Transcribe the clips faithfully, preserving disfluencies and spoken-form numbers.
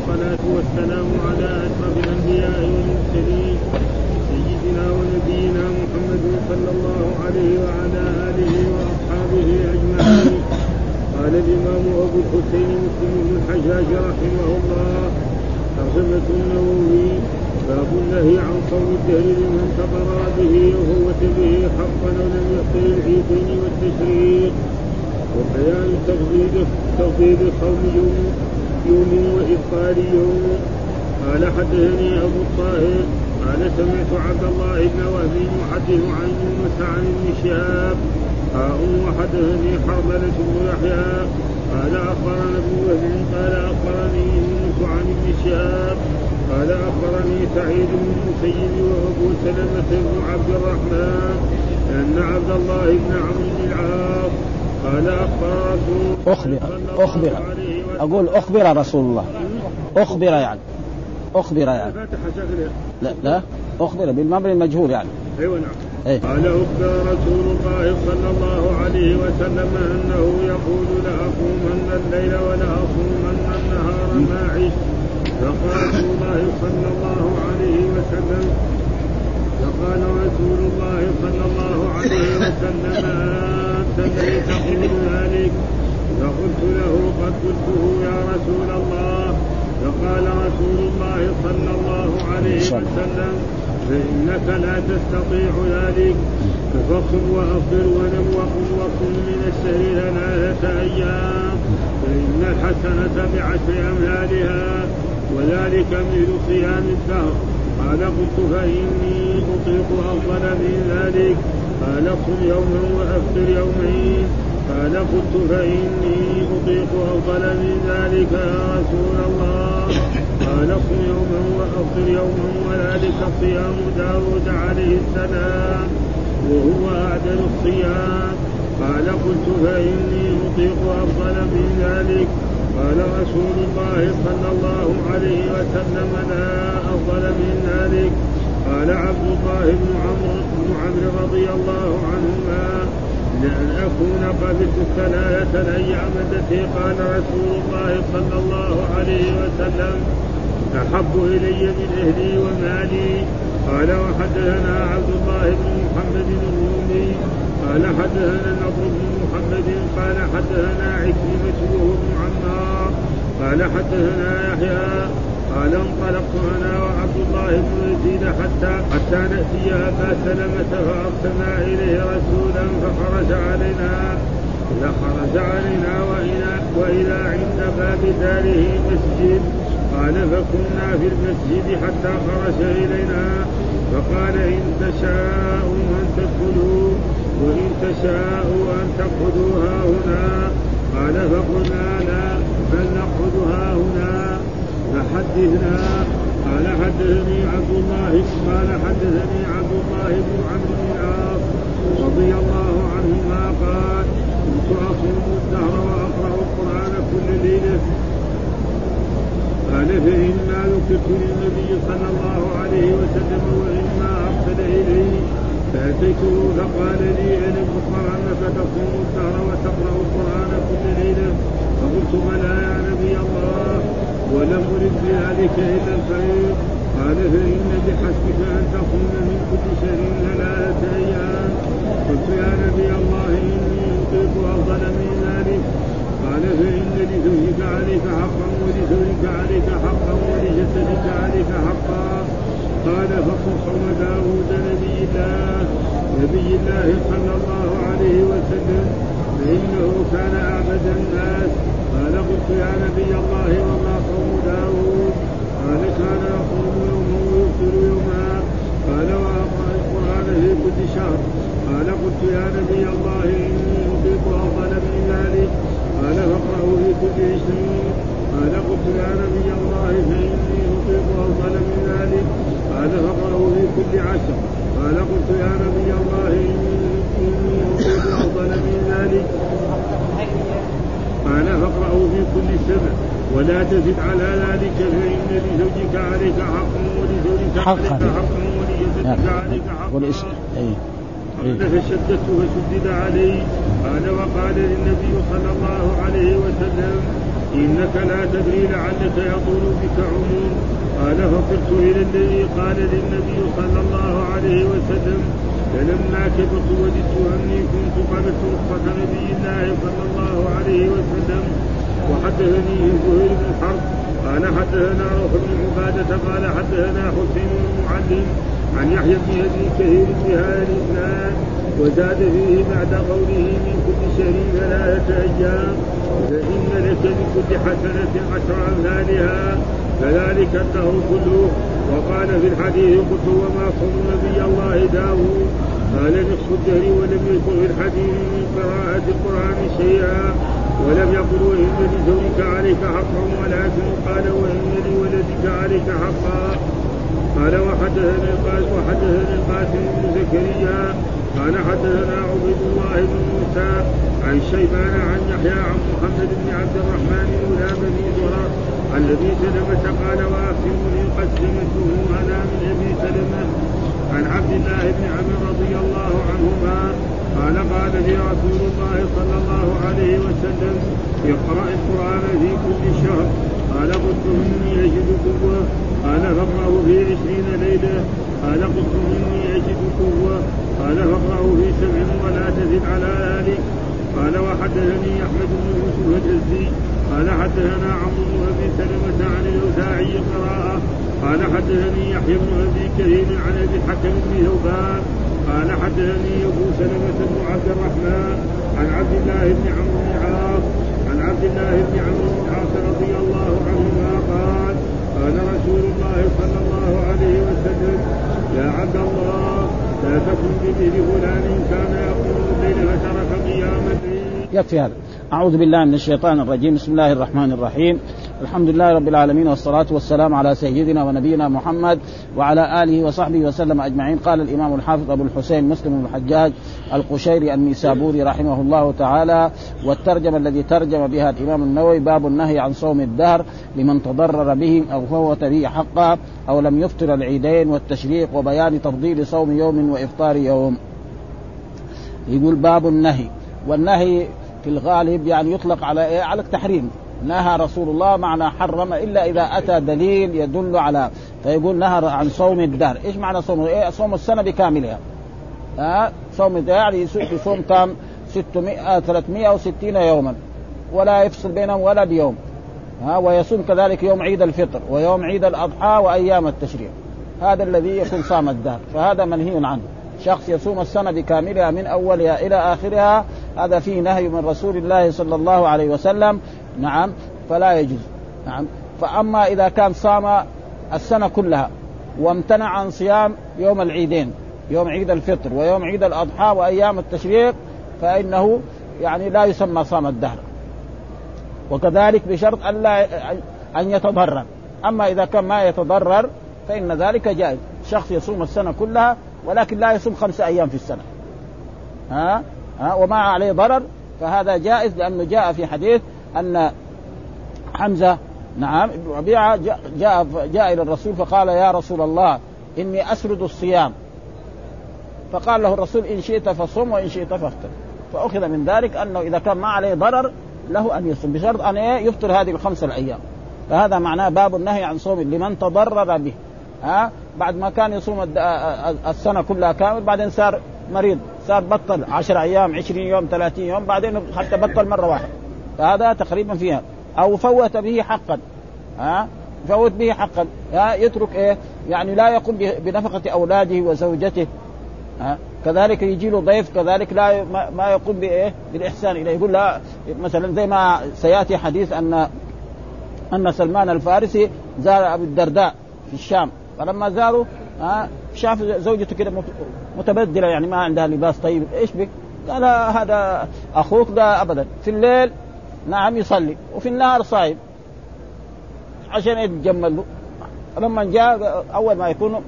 والصلاة والسلام على أشرف الأنبياء والمرسلين سيدنا ونبينا محمد صلى الله عليه وعلى آله وأصحابه أجمعين. قال الإمام أبو الحسين مسلم بن الحجاج رحمه الله: ترجمة النووي: باب النهي عن صوم الدهر لمن تضرر به وهو به حقا ولم يحصل العيدين والتشريق، وبيان تفضيل تفضيل صوم يوم يوم وإفطار يوم. قال حدثني أبو الطاهر قال سمعت عبد الله بن وهب يحدث عن يونس عن ابن شهاب وحدثني حرملة بن يحيى قال أخبرنا ابن وهب قال أخبرني يونس عن ابن شهاب قال أخبرني سعيد بن المسيب وأبو سلمة بن عبد الرحمن أن عبد الله بن عمرو بن العاص قال أخبر رسول أخبر أخبر أقول أخبر رسول الله أخبر يعني أخبر يعني لا لا أخبر بالمبني المجهول يعني. أيوة نعم. أيه. قال أخبر رسول الله صلى الله عليه وسلم أنه يقول لأقومن الليل ولأصومن النهار ما عشت. فقال رسول الله صلى الله عليه وسلم فقال رسول الله صلى الله عليه وسلم أنت الذي تقول ذلك؟ فقلت له قد قلته يا رسول الله. فقال رسول الله صلى الله عليه وسلم فإنك لا تستطيع ذلك، فصم وأفطر ونم وقم وقم من الشهر ثلاثة أيام فإن الحسنة بعشر أمثالها وذلك مثل صيام الدهر. قال قلت فإني أطيق أفضل من ذلك. قال صم يوما وأفطر يومين. قال قلت فإني أطيق أفضل من ذلك يا رسول الله. قال صم يوما وأفطر يوما وذلك صيام داود عليه السلام وهو أعدل الصيام. قال قلت فإني أطيق أفضل من ذلك. قال رسول الله صلى الله عليه وسلم لا أفضل من ذلك. قال عبد الله بن عمرو بن عمرو رضي الله عنهما لأن أكون قبلت الثلاثة الأيام التي قال رسول الله صلى الله عليه وسلم أحب إلي من أهلي ومالي. قال وحدثنا عبد الله بن محمد الرومي قال حدثنا النضر بن محمد قال حدثنا عكرمة وهو بن عمار قال حدثنا يحيى قال انطلقت أنا وعبد الله بن يزيد حتى حتى نأتي أبا سلمة فأرسلنا إليه رسولا فخرج علينا فخرج علينا وإلى, وإلى عند باب داره مسجد. قال فكنا في المسجد حتى خرج إلينا فقال إن تشاءوا أن تدخلوا وإن تشاءوا أن تقعدوا ها هنا. قال فقلنا لا بل نقعدها هنا فحدثنا. قال حدثني عبد الله قال حدثني عبد الله بن عمرو بن العاص رضي الله عنهما قال كنت أصوم الدهر وأقرأ القرآن كل ليلة. قال فإما ذكرت للنبي صلى الله عليه وسلم وإما أرسل إليه فأتيته فقال لي أن القرآن فتصوم الدهر وتقرأ القرآن كل ليلة. فقلت بلى يا نبي الله ولم أرد بذلك إلا الخير. قال فإن بحسبك أن تقوم من كل شهر ثلاثة أيام. قلت يا نبي الله إني أطيق أفضل من ذلك. قال فإن لزوجك عليك حقا ولزوجك عليك حقا ولجسدك عليك حقا. قال فصم صوم داود نبي الله نبي الله صلى الله عليه وسلم فإنه كان أعبد الناس. قال قلت يا نبي الله وما صوم داود؟ قال كان يصوم يوما ويفطر يوما. قال وأقرأ القرآن في كل شهر. قال قلت يا نبي الله إني أطيق أفضل من ذلك. قال فاقرأه في كل عشرين. قال قلت يا نبي الله فإني أطيق أفضل من ذلك. قال فاقرأه في كل عشر. قال قلت يا نبي الله إني أطيق أفضل من ذلك. قال فاقرأه في كل سبع ولا تزد على ذلك فإن لزوجك عليك حق ولزوجك عليك حق ولجسدك عليك حق. قال فشددت فشدد عليه. قال وقال للنبي صلى الله عليه وسلم إنك لا تدري لعلك يطول بك عمر. قال فقلت إلى الذي قال للنبي صلى الله عليه وسلم فلما كبرت وددت أني كنت قبلت رخصة نبي الله صلى الله عليه وسلم. وحدثني زهير بن حرب قال حدثنا روح بن عبادة قال حدثنا حسين بن معلم عن يحيى بن أبي كثير بهذا الإسناد وزاد فيه بعد قوله من كل شهر ثلاثة أيام فإن لك بكل حسنة عشر أمثالها فذلك الدهر كله. وقال في الحديث قلت وما صوم نبي الله داود قال نصف الدهر ولم يذكر في الحديث من قراءة القرآن شيئا ولم يقل وإن لزوجك عليك حقا ولكن قال وإن لولدك عليك حقا. قال وحدثنا القاسم وحدثنا القاسم بن زكريا قال حدثنا عبيد الله بن موسى عن شيبان عن يحيى عن محمد بن عبد الرحمن مولى بني زرار عن ابي سلمة قال واخبرني قد سمعته انا من ابي سلمة عن عبد الله بن عمرو رضي الله عنهما قال قال لي رسول الله صلى الله عليه وسلم اقرأ القرآن في كل شهر. قال قلت اني اجد قوة قال فاقرأه في عشرين ليلة. قال قلت اني اجد قوة قال فاقرأه في سبع ولا تزد على ذلك. قال وحدثني احمد بن يوسف الجزي قال حدثنا عمرو بن ابي سلمة عن الاوزاعي قراءة قال حدثني يحيى بن ابي كثير عن ابي الحكم بن ثوبان قال حدثني ابو سلمة بن عبد الرحمن عن عبد الله بن عمرو بن عاص عن عبد الله بن عمرو بن عاص رضي الله عنهما قال قال رسول الله صلى الله عليه وسلم يا عبد الله لا تكن بمثل فلان كان يقوم الليل فترك قيام الليل. يكفي هذا. أعوذ بالله من الشيطان الرجيم. بسم الله الرحمن الرحيم. الحمد لله رب العالمين والصلاة والسلام على سيدنا ونبينا محمد وعلى آله وصحبه وسلم أجمعين. قال الإمام الحافظ أبو الحسين مسلم بن الحجاج القشيري النيسابوري رحمه الله تعالى. والترجمة الذي ترجم بها الإمام النووي باب النهي عن صوم الدهر لمن تضرر به أو فوت به حقا أو لم يفطر العيدين والتشريق وبيان تفضيل صوم يوم وإفطار يوم. يقول باب النهي، والنهي في الغالب يعني يطلق على إيه؟ على التحريم. نهى رسول الله معنى حرم إلا إذا أتى دليل يدل على، فيقول نهى عن صوم الدهر. إيش معنى صوم؟ إيه؟ صوم السنة بكاملها. ها صوم الدهر يعني يصوم كم ستمائة ثلاثمائة وستين يوما ولا يفصل بينهم ولا بيوم. ها ويصوم كذلك يوم عيد الفطر ويوم عيد الأضحى وأيام التشريق. هذا الذي يكون صام الدهر، فهذا منهي عنه. شخص يصوم السنة بكاملها من أولها إلى آخرها هذا فيه نهي من رسول الله صلى الله عليه وسلم. نعم فلا يجوز. نعم فأما إذا كان صام السنة كلها وامتنع عن صيام يوم العيدين يوم عيد الفطر ويوم عيد الأضحى وأيام التشريق فإنه يعني لا يسمى صام الدهر، وكذلك بشرط أن لا أن يتضرر. أما إذا كان ما يتضرر فإن ذلك جائز. شخص يصوم السنة كلها ولكن لا يصوم خمسة أيام في السنة ها ها وما عليه ضرر فهذا جائز، لأنه جاء في حديث أن حمزة نعم ابن ربيعة جاء, جاء, جاء إلى الرسول فقال يا رسول الله إني أسرد الصيام، فقال له الرسول إن شئت فصم وإن شئت فافطر. فأخذ من ذلك أنه إذا كان ما عليه ضرر له أن يصوم بشرط أن يفطر هذه الخمسة الأيام. فهذا معناه باب النهي عن صوم لمن تضرر به. ها بعد ما كان يصوم السنة كلها كامل بعدين صار مريض صار بطل عشر أيام عشرين يوم ثلاثين يوم بعدين حتى بطل مرة واحدة، فهذا تقريبا فيها. أو فوت به حقا ها فوت به حقا ها يترك إيه يعني لا يقوم بنفقة أولاده وزوجته. ها كذلك يجي له ضيف كذلك لا ما يقوم بإيه بالإحسان إليه. يقول لا مثلا زي ما سيأتي حديث أن أن سلمان الفارسي زار أبو الدرداء في الشام، فلما زاروا ها شاف زوجته كده متبدلة يعني ما عندها لباس طيب، إيش بك؟ قال هذا أخوك ده أبدا في الليل نعم يصلي وفي النهار صايم عشان يتجمل له. لما جاء أول ما يكون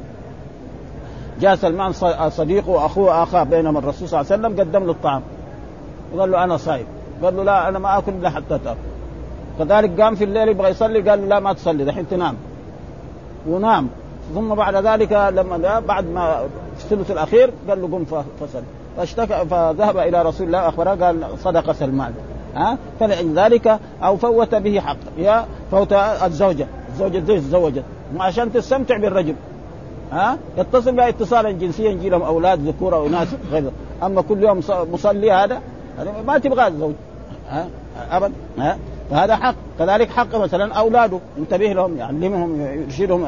جاء سلمان صديقه وأخوه آخر بينما الرسول صلى الله عليه وسلم قدم له الطعام وقال له أنا صايم، قال له لا أنا ما أكل إلا حتى تأكل. كذلك قام في الليل يبغى يصلي قال له لا ما تصلي دحين تنام، ونام. ثم بعد ذلك لما بعد ما في الثلث الأخير قال له قم فصل، فاشتكى فذهب إلى رسول الله أخبره قال صدق سلمان ها فلذلك أو فوت به حق يا فوت الزوجة الزوجة زي تزوجت عشان تستمتع بالرجل ها يتصل بها اتصالا جنسيا يجي لهم أولاد ذكور أو ناس غير. أما كل يوم مصلي هذا ما تبغى الزوج ها أبدا ها فهذا حق. كذلك حق مثلا أولاده انتبه لهم يعلمهم يرشدهم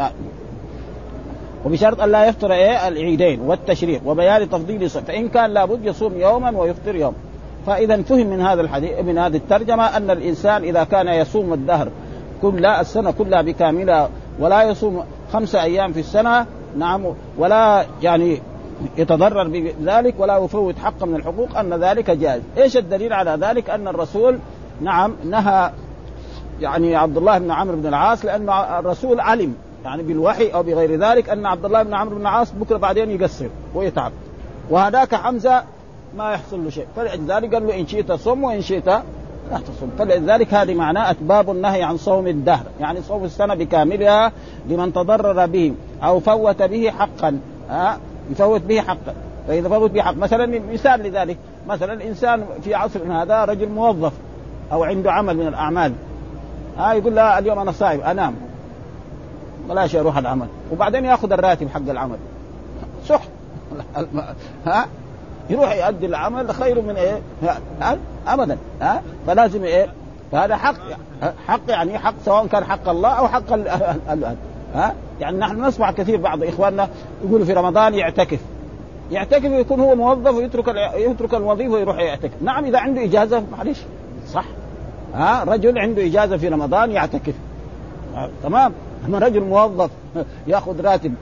وبشرط أن لا يفطر إيه العيدين والتشريق وبيان تفضيل صوم فإن كان لابد يصوم يوما ويفطر يوم. فإذا فهم من هذا الحديث من هذه الترجمة أن الإنسان إذا كان يصوم الدهر كل السنة كلها بكاملها ولا يصوم خمسة أيام في السنة نعم ولا يعني يتضرر بذلك ولا يفوت حق من الحقوق أن ذلك جائز. إيش الدليل على ذلك؟ أن الرسول نعم نهى يعني عبد الله بن عمرو بن العاص لأن الرسول علم يعني بالوحي أو بغير ذلك أن عبد الله بن عمرو بن العاص بكرة بعدين يقصر ويتعب وهذاك حمزة ما يحصل له شيء فلذلك قال له إن شئت صم وإن شئت لا تصم. فلذلك هذه معناه أسباب النهي عن صوم الدهر يعني صوم السنة بكاملها لمن تضرر به أو فوت به حقا ها يفوت به حقا. فإذا فوت به حق مثلا مثال لذلك مثلا إنسان في عصر هذا رجل موظف أو عنده عمل من الأعمال ها يقول لا اليوم أنا صائم أنام بلاش أروح العمل وبعدين يأخذ الراتب حق العمل صح ها يروح يؤدي العمل خير من إيه أبدا ها فلازم إيه فهذا حق حق يعني حق سواء كان حق الله أو حق الأهل ها يعني نحن نسمع كثير بعض إخواننا يقولوا في رمضان يعتكف يعتكف ويكون هو موظف ويترك يترك الوظيفة ويروح يعتكف. نعم إذا عنده إجازة معلش صح ها رجل عنده إجازة في رمضان يعتكف تمام. أما رجل موظف يأخذ راتب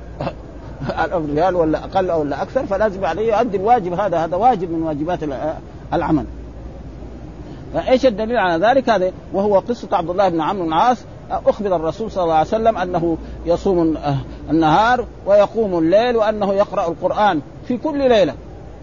ألف ريال ولا أقل أو ولا أكثر فلازم عليه يؤدي الواجب هذا هذا واجب من واجبات العمل. فإيش الدليل على ذلك؟ هذا وهو قصة عبد الله بن عمرو بن العاص أخبر الرسول صلى الله عليه وسلم أنه يصوم النهار ويقوم الليل وأنه يقرأ القرآن في كل ليلة.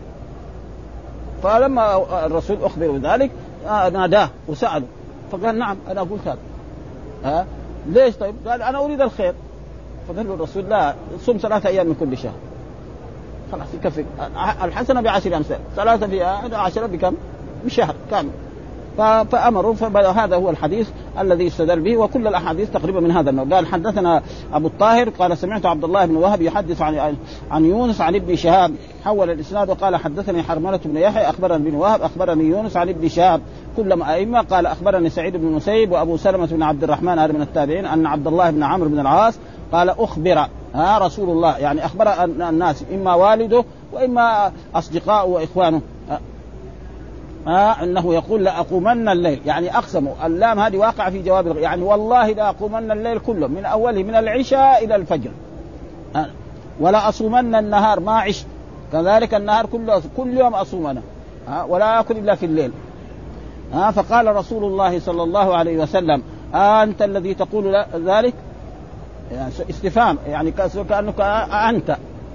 فلما الرسول أخبر بذلك ناداه وسأله فقال نعم أنا قلت هذا ها ليش طيب؟ قال أنا أريد الخير. فقال له الرسول لا صوم ثلاثة أيام من كل شهر خلاص يكفي الحسنة بعشر أمثال ثلاثة في عشرة بكم بشهر كامل. فأمروا فهذا هو الحديث الذي استدل به وكل الأحاديث تقريبا من هذا النوع. قال حدثنا أبو الطاهر قال سمعت عبد الله بن وهب يحدث عن عن يونس عن ابن شهاب حول الإسناد وقال حدثني حرملة بن يحيى أخبرني بن وهب أخبرني يونس عن ابن شهاب كلما أئمة قال أخبرني سعيد بن المسيب وأبو سلمة بن عبد الرحمن هذا من التابعين أن عبد الله بن عمرو بن العاص قال أخبر ها رسول الله يعني أخبر الناس إما والده وإما أصدقاء وإخوانه آه أنه يقول لأقومن الليل يعني أقسموا اللام هذه واقع في جواب يعني والله لأقومن الليل كله من أوله من العشاء إلى الفجر آه ولا أصومن النهار ما عشت كذلك النهار كله كل يوم أصومنا آه ولا أكل إلا في الليل آه فقال رسول الله صلى الله عليه وسلم آه أنت الذي تقول ذلك يعني استفهام يعني كأنك آه أنت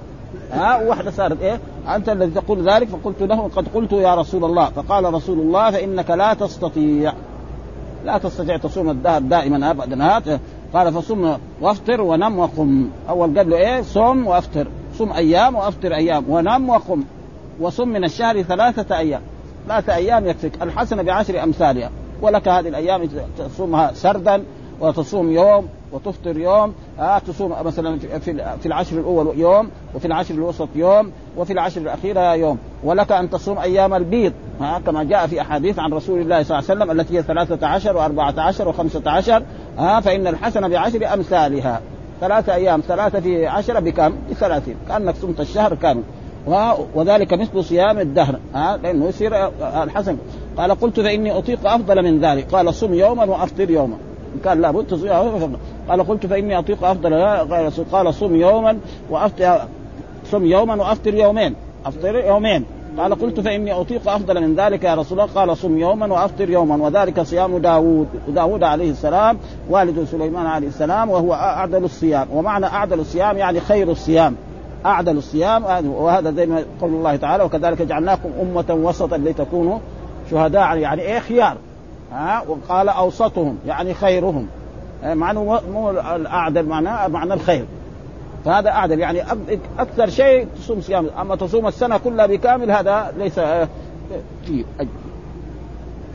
ها واحدة صارت إيه أنت الذي تقول ذلك فقلت له قد قلت يا رسول الله. فقال رسول الله فإنك لا تستطيع لا تستطيع تصوم الدهر دائما أبدا. قال فصم وافطر ونم وقم. أول قال له إيه صم وافطر صم أيام وافطر أيام ونم وقم وصم من الشهر ثلاثة أيام ثلاثة أيام يكفيك الحسنة بعشر أمثالها ولك هذه الأيام تصومها سردا وتصوم يوم وتفطر يوم آه تصوم مثلا في في العشر الأول يوم وفي العشر الوسط يوم وفي العشر الأخيرة يوم ولك أن تصوم أيام البيض آه كما جاء في أحاديث عن رسول الله صلى الله عليه وسلم التي هي ثلاثة عشر وأربعة عشر وخمسة عشر آه فإن الحسنة بعشر أمثالها ثلاثة أيام ثلاثة في عشرة بكم بثلاثين كأنك صمت الشهر كامل وذلك مثل صيام الدهر آه لأنه يصير الحسن. قال قلت فإني أطيق أفضل من ذلك قال صم يوما وأفطر يوما قال لا بد تصوم. قال قلت فإني أطيق أفضل قال صم يوما وأفطر صم يوما وأفطر يومين أفطر يومين. قال قلت فإني أطيق أفضل من ذلك يا رسول الله قال صم يوما وأفطر يوما وذلك صيام داود داود عليه السلام والد سليمان عليه السلام وهو أعدل الصيام. ومعنى أعدل الصيام يعني خير الصيام أعدل الصيام وهذا زي ما قول الله تعالى وكذلك جعلناكم أمة وسطا لتكونوا شهداء يعني إيه خيار ها وقال أوسطهم يعني خيرهم معنى مو الأعدل معناه معنى الخير فهذا أعدل يعني أكثر شيء تصوم صيام. أما تصوم السنة كلها بكامل هذا ليس فيه.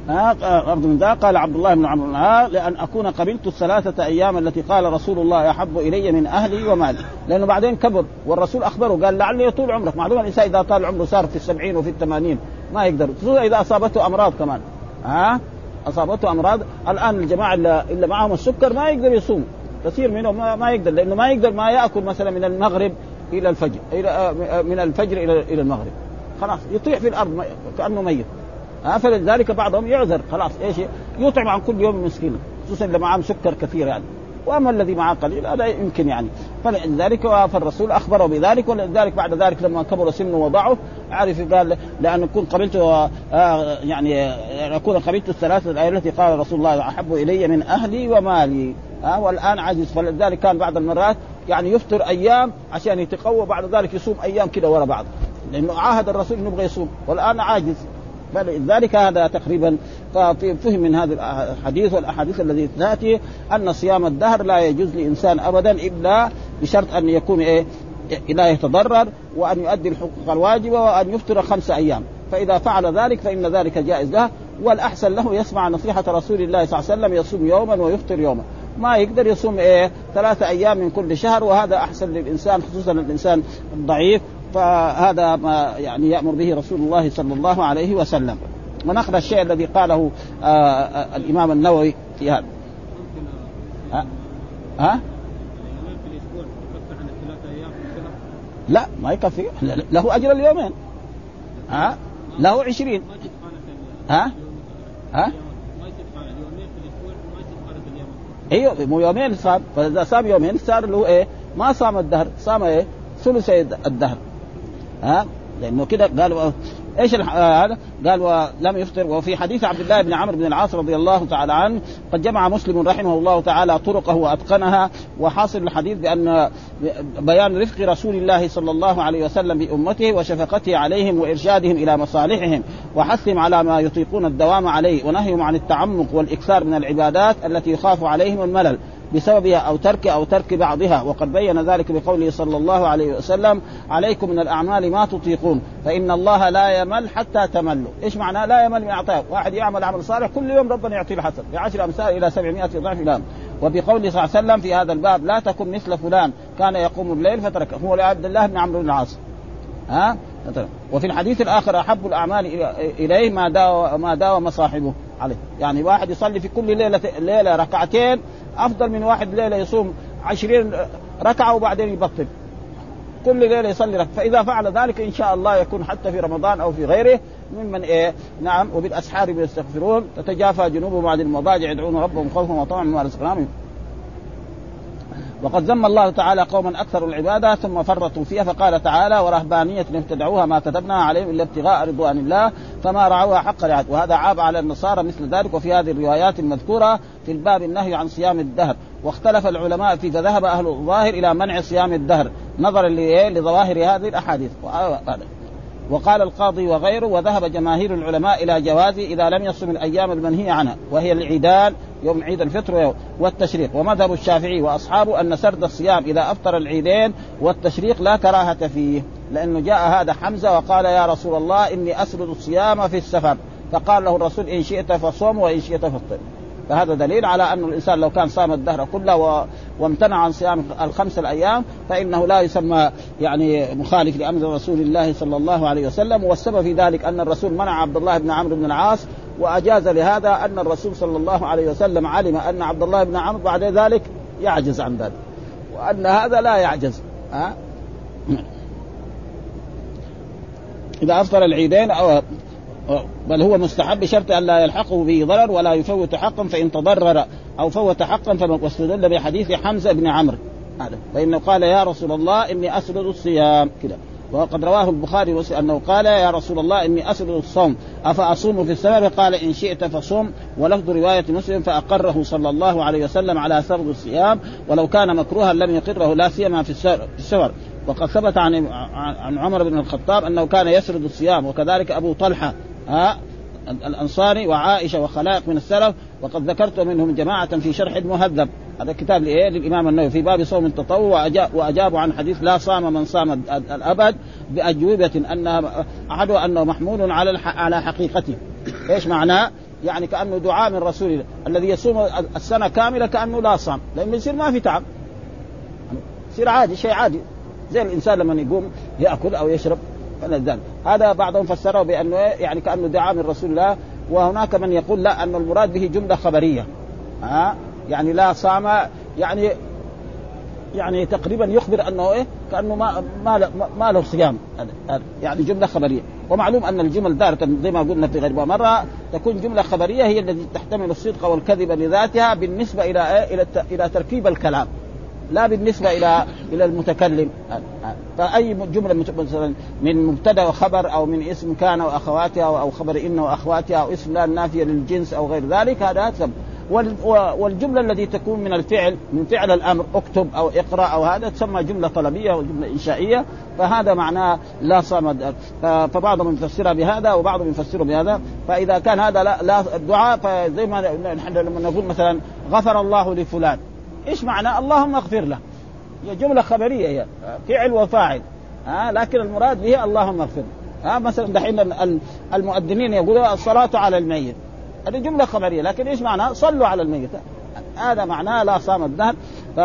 أرض من ذا. قال عبد الله بن عمرو لأن أكون قبلت الثلاثة أيام التي قال رسول الله أحب إلي من أهلي ومالي، لأنه بعدين كبر والرسول أخبره قال لعلي يطول عمرك. معلوم الإنسان إذا طال عمره صار في السبعين وفي الثمانين ما يقدر، خصوصا إذا أصابته أمراض كمان. ها أصابته أمراض. الآن الجماعة اللي معهم السكر ما يقدر يصوم، كثير منهم ما, ما يقدر، لأنه ما يقدر ما يأكل مثلا من المغرب إلى الفجر، إلى من الفجر إلى إلى المغرب، خلاص يطيح في الأرض كأنه ميت. ها فلذلك بعضهم يعذر خلاص ايش يطعم عن كل يوم مسكين، خصوصا اللي معهم سكر كثير يعني. واما الذي معه قليل هذا يمكن يعني. فلذلك فالرسول اخبره بذلك، ولذلك بعد ذلك لما كبر سنه وضعه عرف قال لان اكون قبلت يعني اكون قبلت الثلاثه الايات التي قال رسول الله احب الي من اهلي ومالي. ها والان عجز، فلذلك كان بعض المرات يعني يفطر ايام عشان يتقوى، بعد ذلك يصوم ايام كده ورا بعض، لانه عاهد الرسول انه يبغى يصوم والان عاجز. فلذلك هذا تقريبا فهم من هذا الحديث والاحاديث الذي تاتي ان صيام الدهر لا يجوز لانسان ابدا الا بشرط ان يكون ايه لا يتضرر، وان يؤدي الحقوق الواجبه، وان يفطر خمسة ايام. فاذا فعل ذلك فان ذلك جائز له، والاحسن له يسمع نصيحه رسول الله صلى الله عليه وسلم يصوم يوما ويفطر يوما. ما يقدر يصوم ايه ثلاثة ايام من كل شهر، وهذا احسن للانسان خصوصا الانسان الضعيف. فهذا ما يعني يأمر به رسول الله صلى الله عليه وسلم. ونقل الشيء الذي قاله آه الإمام النووي في هذا. ها؟ ها؟ لا ما يكفي، له أجر اليومين. ها؟ له عشرين. ها؟ ها؟ ايوه مو يومين صام، فاذا صام يومين صار له ايه ما صام الدهر، صام ايه ثلث الدهر. ها لانه كده قالوا ايش هذا قال ولم يفطر. وفي حديث عبد الله بن عمرو بن العاص رضي الله تعالى عنه قد جمع مسلم رحمه الله تعالى طرقه واتقنها. وحاصل الحديث بان بيان رفق رسول الله صلى الله عليه وسلم بامته وشفقته عليهم وارشادهم الى مصالحهم وحثهم على ما يطيقون الدوام عليه، ونهيهم عن التعمق والاكثار من العبادات التي يخاف عليهم الملل بسببها أو ترك أو ترك بعضها. وقد بين ذلك بقوله صلى الله عليه وسلم عليكم من الأعمال ما تطيقون فإن الله لا يمل حتى تملوا. إيش معنى لا يمل من أعطاه؟ واحد يعمل عمل صالح كل يوم ربنا يعطيه الحسن بعشر أمثال إلى سبعمائة ضعف الآن. وبقوله صلى الله عليه وسلم في هذا الباب لا تكن مثل فلان كان يقوم الليل فتركه، هو لعبد الله بن عمرو بن العاص. ها وفي الحديث الآخر أحب الأعمال إليه ما داوم ما داوم صاحبه عليه، يعني واحد يصلي في كل ليلة ليلة ركعتين أفضل من واحد ليلة يصوم عشرين ركعة وبعدين يبطل كل ليلة يصلي ركعة. فإذا فعل ذلك إن شاء الله يكون حتى في رمضان أو في غيره ممن إيه نعم. وبالأسحار بيستغفرون تتجافى جنوبهم عن المضاجع يدعون ربهم خوفا وطمعا مما رزقناهم. وقد ذم الله تعالى قوما أكثروا العبادة ثم فرطوا فيها فقال تعالى ورهبانية ابتدعوها ما كتبناها عليهم إلا ابتغاء رضوان الله فما رعوها حق رعايتها. وهذا عاب على النصارى مثل ذلك. وفي هذه الروايات المذكورة في الباب النهي عن صيام الدهر. واختلف العلماء في فذهب أهل الظاهر إلى منع صيام الدهر نظرا لظواهر هذه الأحاديث. وقال القاضي وغيره وذهب جماهير العلماء إلى جوازه إذا لم يصم الأيام المنهي عنها وهي العيدان يوم عيد الفطر والتشريق. ومذهب الشافعي وأصحابه أن سرد الصيام إذا أفطر العيدين والتشريق لا كراهة فيه، لأنه جاء هذا حمزة وقال يا رسول الله إني أسرد الصيام في السفر فقال له الرسول إن شئت فصوم وإن شئت فافطر. فهذا دليل على أن الإنسان لو كان صام الدهر كله و... وامتنع عن صيام الخمس الأيام فإنه لا يسمى يعني مخالف لأمر رسول الله صلى الله عليه وسلم. والسبب في ذلك أن الرسول منع عبد الله بن عمرو بن العاص وأجاز لهذا أن الرسول صلى الله عليه وسلم علم أن عبد الله بن عمرو بعد ذلك يعجز عن ذلك وأن هذا لا يعجز. ها؟ إذا أفطر العيدين أو بل هو مستحب بشرط أن لا يلحقه به ضرر ولا يفوت حقا فإن تضرر أو فوت حقا فاستدل بحديث حمزة بن عمرو هذا فإنه قال يا رسول الله إني أسرد الصيام كده. وقد رواه البخاري وسلم أنه قال يا رسول الله إني أسرد الصوم أفأصوم في السفر قال إن شئت فصوم. ولفظ رواية مسلم فأقره صلى الله عليه وسلم على سرد الصيام ولو كان مكروها لم يقره لا سيما في السفر. وقد ثبت عن عن عمر بن الخطاب أنه كان يسرد الصيام وكذلك أبو طلحة ها الأنصاري وعائشة وخلائق من السلف. وقد ذكرت منهم جماعة في شرح المهذب هذا كتاب لإيه للإمام النووي في باب صوم التطوع وأجابوا عن حديث لا صام من صام الأبد بأجوبة أن أحد أنه محمول على على حقيقته. إيش معناه يعني كأنه دعاء من رسول الله. الذي يصوم السنة كاملة كأنه لا صام، لأنه يصير ما في تعب، يصير عادي، شيء عادي زي الإنسان لما يقوم يأكل أو يشرب. هذا بعضهم فسره بأنه يعني كأنه دعاء من رسول الله. وهناك من يقول لا، أن المراد به جملة خبرية، ها يعني لا صام، يعني يعني تقريبا يخبر أنه إيه كأنه ما ما ما له صيام، يعني جملة خبرية. ومعلوم أن الجمل دارة زي ما قلنا في غير مرة تكون جملة خبرية هي التي تحتمل الصدق والكذب لذاتها بالنسبة إلى إيه؟ إلى إلى تركيب الكلام، لا بالنسبة إلى إلى المتكلم. فأي جملة مثلا من مبتدأ وخبر أو من اسم كان وأخواتها أو خبر إن وأخواتها أو اسم لا نافية للجنس أو غير ذلك هذا سب. والجملة التي تكون من الفعل من فعل الأمر اكتب أو اقرأ أو هذا تسمى جملة طلبية وجملة إنشائية، فهذا معناه لا صام. فبعضهم يفسرها بهذا وبعضهم يفسره بهذا. فإذا كان هذا لا, لا الدعاء، فزي ما نحن لما نقول مثلا غفر الله لفلان، إيش معنى؟ اللهم اغفر له، هي جملة خبرية، هي فعل وفاعل، ها لكن المراد به اللهم اغفر. ها مثلا دحين المؤذنين يقولوا الصلاة على الميت، هذه جملة خبرية، لكن إيش معنى؟ صلوا على الميت، هذا معناه لا صام الدهر. ف...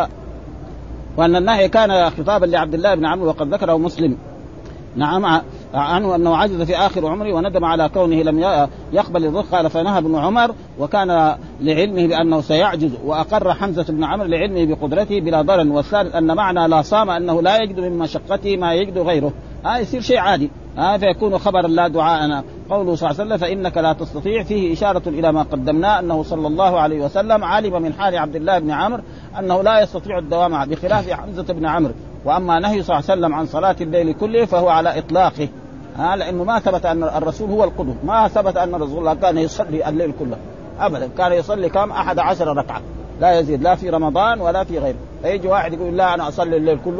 وأن النهي كان خطابا لعبد الله بن عمرو وقد ذكره مسلم نعم عنه أنه عجز في آخر عمره وندم على كونه لم يقبل الرزق. قال فنهى ابن عمر وكان لعلمه بأنه سيعجز، وأقر حمزة بن عمرو لعلمه بقدرته بلا ضرر. والثالث أن معنى لا صام أنه لا يجد من مشقته ما يجد غيره، ها يصير شيء عادي، ها فيكون خبرا لا دعاءنا. قوله صلى الله عليه وسلم فإنك لا تستطيع فيه إشارة إلى ما قدمناه أنه صلى الله عليه وسلم علم من حال عبد الله بن عمرو أنه لا يستطيع الدوام بخلاف حمزة بن عمرو. وأما نهي صلى الله عليه وسلم عن صلاة الليل كله فهو على إطلاقه، ها لأنه ما ثبت أن الرسول هو القدوة، ما ثبت أن الرسول الله كان يصلي الليل كله أبدا، كان يصلي كم أحد عشر ركعة لا يزيد، لا في رمضان ولا في غيره. فيجي واحد يقول لا أنا أصلي الليل كله،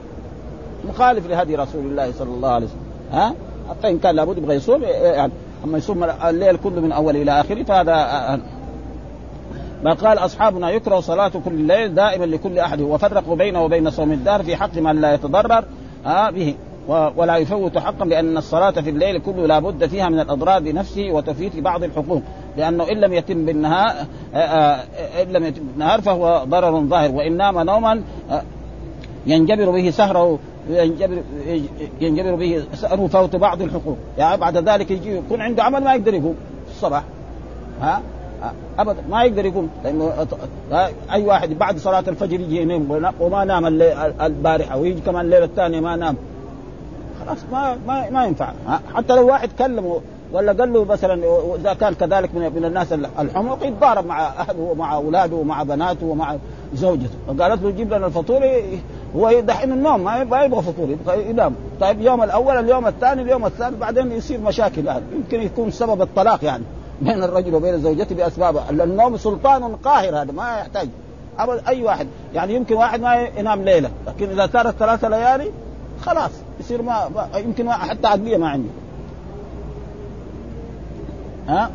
مخالف لهدي رسول الله صلى الله عليه وسلم. ها حتى إن كان لابد يبغى يصوم يعني، أما يصوم الليل كله من أول إلى آخره فهذا ما قال أصحابنا يكره صلاة كل الليل دائما لكل أحد، وفرقوا بينه وبين صوم الدهر في حق من لا يتضرر به ولا يفوت حقا، لأن الصلاة في الليل كله لا بد فيها من الأضرار بنفسه وتفويت بعض الحقوق، لأنه إن لم يتم بالنهار إن لم يتم بالنهار فهو ضرر ظاهر. وإن نام نوما ينجبر به سهره ينجبر ينجبر به سهره فوت بعض الحقوق، يعني بعد ذلك يجي يكون عنده عمل ما يقدر يقوم الصباح، ها أبدا ما يقدر يقوم، لأنه أي واحد بعد صلاة الفجر يجي ينام وما نام البارحة ويجي كمان الليلة الثانية ما نام، خلاص ما ما ما ينفع. حتى لو واحد كلمه ولا قال له مثلا إذا كان كذلك من من الناس الحمق يتضارب مع أهله ومع أولاده ومع بناته ومع زوجته، وقالت له جيب لنا الفطور، هو يدحين النوم ما يبغى فطور يبغى ينام. طيب يوم الأول اليوم الثاني اليوم الثالث بعدين يصير مشاكل، يعني يمكن يكون سبب الطلاق يعني بين الرجل وبين زوجته بأسبابه. النوم سلطان قاهر، هذا ما يحتاج أبدا أي واحد، يعني يمكن واحد ما ينام ليلة، لكن إذا صارت ثلاثة ليالي خلاص يصير ما يمكن ما حتى عقلية ما عنده. ها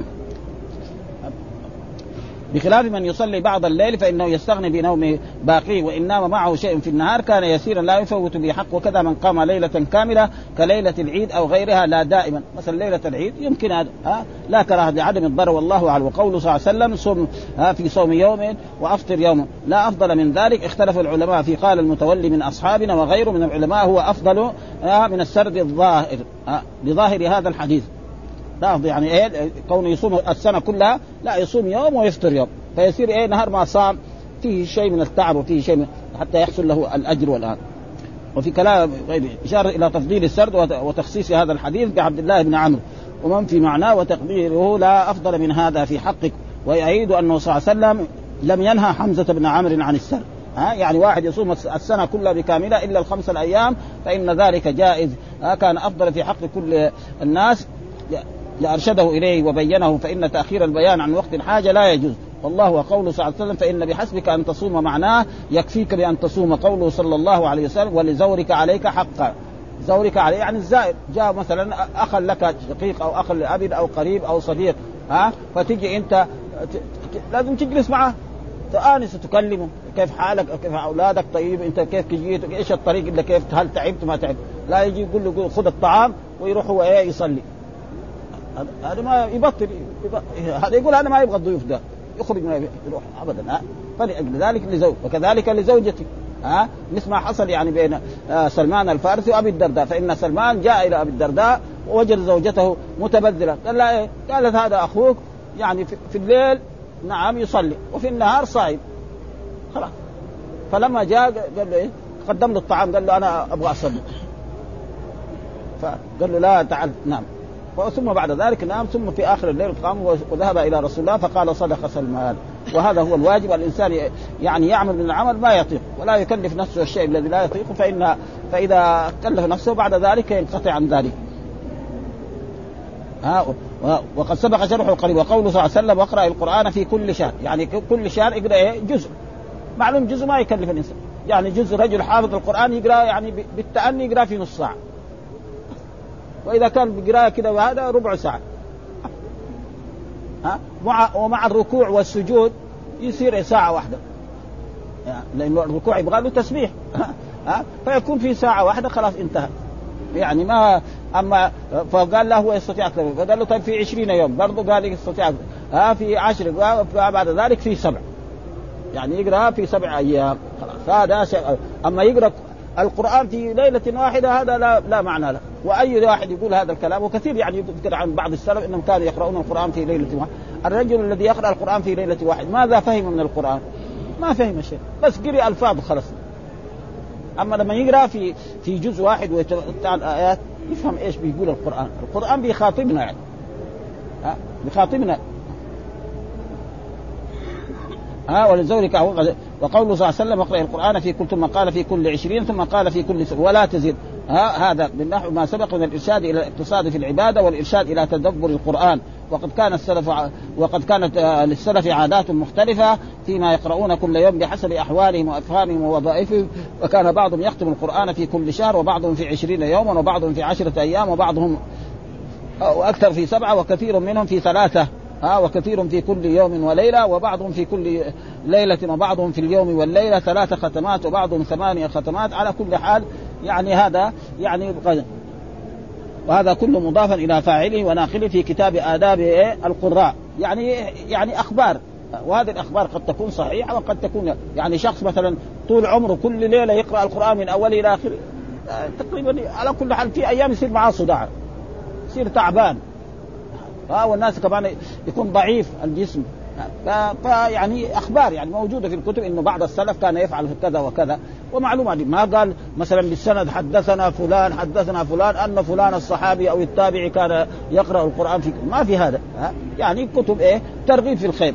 بخلاف من يصلي بعض الليل فإنه يستغني بنوم باقي، وإن نام معه شيء في النهار كان يسيرا لا يفوت به حق. وكذا من قام ليلة كاملة كليلة العيد أو غيرها لا دائما، مثلا ليلة العيد يمكن هذا ها لا كراهة لعدم الضرر والله أعلم. وقوله صلى الله عليه وسلم صم في صوم يوم وأفطر يوم لا أفضل من ذلك. اختلف العلماء في قال المتولي من أصحابنا وغيره من العلماء هو أفضل من السرد الظاهر لظاهر هذا الحديث، لا يعني ايه كونه يصوم السنه كلها، لا يصوم يوم ويفطر يوم، فيصير ايه نهار ما صام فيه شيء من التعب وفيه شيء من حتى يحصل له الاجر والآن. وفي كلام اشاره الى تفضيل السرد وتخصيص هذا الحديث بعبد الله بن عمرو ومن في معناه وتقديره لا افضل من هذا في حقك. ويعيد انه صلى الله عليه وسلم لم ينهى حمزه بن عمرو عن السرد، ها يعني واحد يصوم السنه كلها بكامله الا الخمس الايام فان ذلك جائز، كان افضل في حق كل الناس لأرشده إليه وبينه، فإن تأخير البيان عن وقت الحاجة لا يجوز. والله وقوله صلى الله عليه وسلم فإن بحسبك أن تصوم معناه يكفيك بأن تصوم. قوله صلى الله عليه وسلم ولزورك عليك حقا، زورك عليه يعني الزائر جاء مثلا أخا لك شقيق أو أخ لأب أو قريب أو صديق، ها فتيجي أنت لازم تجلس معه تآنس تكلمه كيف حالك كيف أولادك طيب أنت كيف جيت إيش الطريق اللي كيف هل تعبت ما تعبت، لا يجي يقول له خذ الطعام ويروح هو إيه يصلي، هذا ما يبطل، هذا يقول أنا ما يبغى الضيوف ده يخرج ما يروح أبدا. ها فلأجل ذلك لزوج، وكذلك لزوجتي. ها مثل ما حصل يعني بين سلمان الفارسي وأبي الدرداء، فإن سلمان جاء إلى أبي الدرداء ووجد زوجته متبذلة، قال لا إيه؟ قالت هذا أخوك يعني في الليل نعم يصلي وفي النهار صائم خلاص. فلما جاء قال له إيه؟ قدم له الطعام، قال له أنا أبغى أصلي، فقال له لا تعال نام. ثم بعد ذلك نام، ثم في آخر الليل قام وذهب إلى رسول الله فقال صدق سلمان. وهذا هو الواجب، الإنسان يعني يعمل من العمل ما يطيق ولا يكلف نفسه الشيء الذي لا يطيق، فإن فإذا كلف نفسه بعد ذلك ينقطع عن ذلك. ها وقد سبق شرحه قريب. وقوله صلى الله عليه وسلم واقرأ القرآن في كل شهر، يعني كل شهر يقرأ إيه؟ جزء. معلوم جزء ما يكلف الإنسان، يعني جزء رجل حافظ القرآن يقرأ يعني بالتأني يقرأ في نص ساعة، وإذا كان بقراءة كده وهذا ربع ساعة. ها مع ومع الركوع والسجود يصير ساعة واحدة، يعني لأن الركوع يبغى له تسبيح ها فيكون في ساعة واحدة خلاص انتهى. يعني ما أما فقال له هو يستطيع أكثر، فقال له طيب في عشرين يوم برضو قال يستطيع أكثر. ها في عشر، بعد ذلك في سبع، يعني يقرأ في سبع أيام خلاص. هذا شيء. أما يقرأ القرآن في ليلة واحدة هذا لا, لا معنى له. وأي واحد يقول هذا الكلام، وكثير يعني يذكر عن بعض السلف أنهم كانوا يقرؤون القرآن في ليلة واحدة. الرجل الذي يقرأ القرآن في ليلة واحدة ماذا فهم من القرآن؟ ما فهم شيء، بس قرأ ألفاظ خلص. أما لما يقرأ في في جزء واحد ويتبع الآيات يفهم إيش بيقول القرآن. القرآن بيخاطبنا يعني ها بيخاطبنا. ها ولذلك وقوله صلى الله عليه وسلم اقرأ القرآن في كل، ثم قال في كل عشرين، ثم قال في كل سنة ولا تزيد. ها هذا من نحو ما سبق من الإرشاد إلى الاقتصاد في العبادة والإرشاد إلى تدبر القرآن. وقد كان السلف وقد كانت للسلف عادات مختلفة فيما يقرؤون كل يوم بحسب أحوالهم وأفهامهم ووظائفهم. وكان بعضهم يختم القرآن في كل شهر، وبعضهم في عشرين يوما، وبعضهم في عشرة أيام، وبعضهم وأكثر في سبعة، وكثير منهم في ثلاثة، ها وكثير في كل يوم وليلة، وبعضهم في كل ليلة، وبعضهم في اليوم والليلة ثلاث ختمات، وبعضهم ثمانية ختمات. على كل حال يعني هذا يعني وهذا كله مضافا إلى فاعله وناقله في كتاب آداب القراء. يعني يعني أخبار، وهذه الأخبار قد تكون صحيحة وقد تكون يعني شخص مثلا طول عمره كل ليلة يقرأ القرآن من أوله إلى آخره تقريبا، على كل حال في أيام يصير معاه صداع، يصير تعبان، ها والناس كمان يكون ضعيف الجسم. فيعني أخبار يعني موجودة في الكتب إنه بعض السلف كان يفعل كذا وكذا، ومعلومة دي ما قال مثلا بالسند حدثنا فلان حدثنا فلان أن فلان الصحابي أو التابعي كان يقرأ القرآن في، ما في هذا. ها يعني كتب إيه ترغيب في الخير.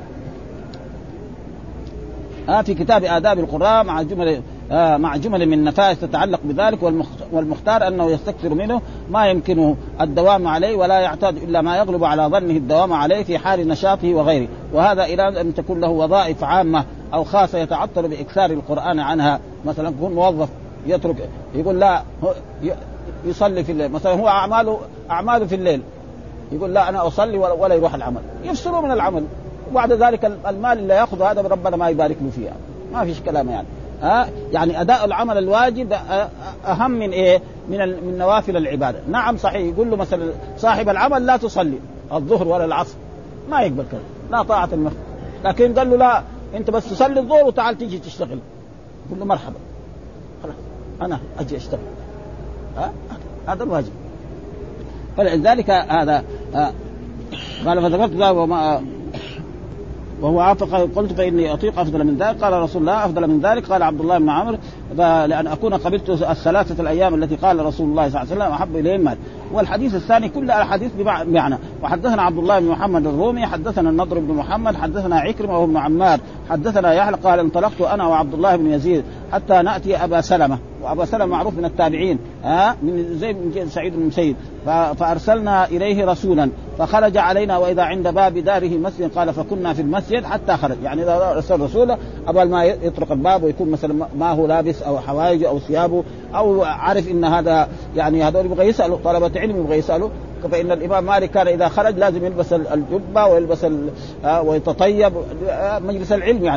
ها في كتاب آداب القراء مع جمل آه مع جمل من نفائس تتعلق بذلك، والمختار أنه يستكثر منه ما يمكنه الدوام عليه، ولا يعتاد إلا ما يغلب على ظنه الدوام عليه في حال نشاطه وغيره. وهذا إلى أن تكون له وظائف عامة أو خاصة يتعطل بإكثار القرآن عنها. مثلا يكون موظف يترك يقول لا يصلي في الليل، مثلا هو أعماله أعماله في الليل يقول لا أنا أصلي ولا يروح العمل، يفصلوا من العمل، وبعد ذلك المال اللي يأخذ هذا ربنا ما يبارك له فيه، ما فيش كلام يعني. ها يعني أداء العمل الواجب أهم من إيه من من نوافل العبادة. نعم صحيح يقول له مثلا صاحب العمل لا تصلي الظهر ولا العصر، ما يقبل كذا، لا طاعة المخلوق. لكن قال له لا أنت بس تصلي الظهر وتعال تيجي تشتغل، يقول له مرحبا خلاص أنا أجي أشتغل. ها هذا الواجب. فلذلك هذا قال فذكرت ذا وما وهو عافق قلت فإني أطيق أفضل من ذلك. قال رسول الله أفضل من ذلك. قال عبد الله بن عمرو لأن أكون قبلت الثلاثة الأيام التي قال رسول الله صلى الله عليه وسلم أحب إليه المال. والحديث الثاني كل الحديث بمعنى. وحدثنا عبد الله بن محمد الرومي حدثنا النضر بن محمد حدثنا عكرمة وابن عمار حدثنا يحيى قال انطلقت أنا وعبد الله بن يزيد حتى نأتي أبا سلمة، وأبا سلمة معروف من التابعين ها من زيد بن سعيد بن مسيب، فأرسلنا إليه رسولا فخرج علينا وإذا عند باب داره مسجد قال فكنا في المسجد حتى خرج. يعني إذا أرسل رسوله قبل ما يطرق الباب ويكون مثلا ما هو لابس أو حوايجه أو ثيابه أو عارف إن هذا يعني هذول يبغى يسأله طلبة علم يبغى يسأله. فإن الإمام مالك كان إذا خرج لازم يلبس الجبة ويلبس ويتطيب مجلس العلم يعني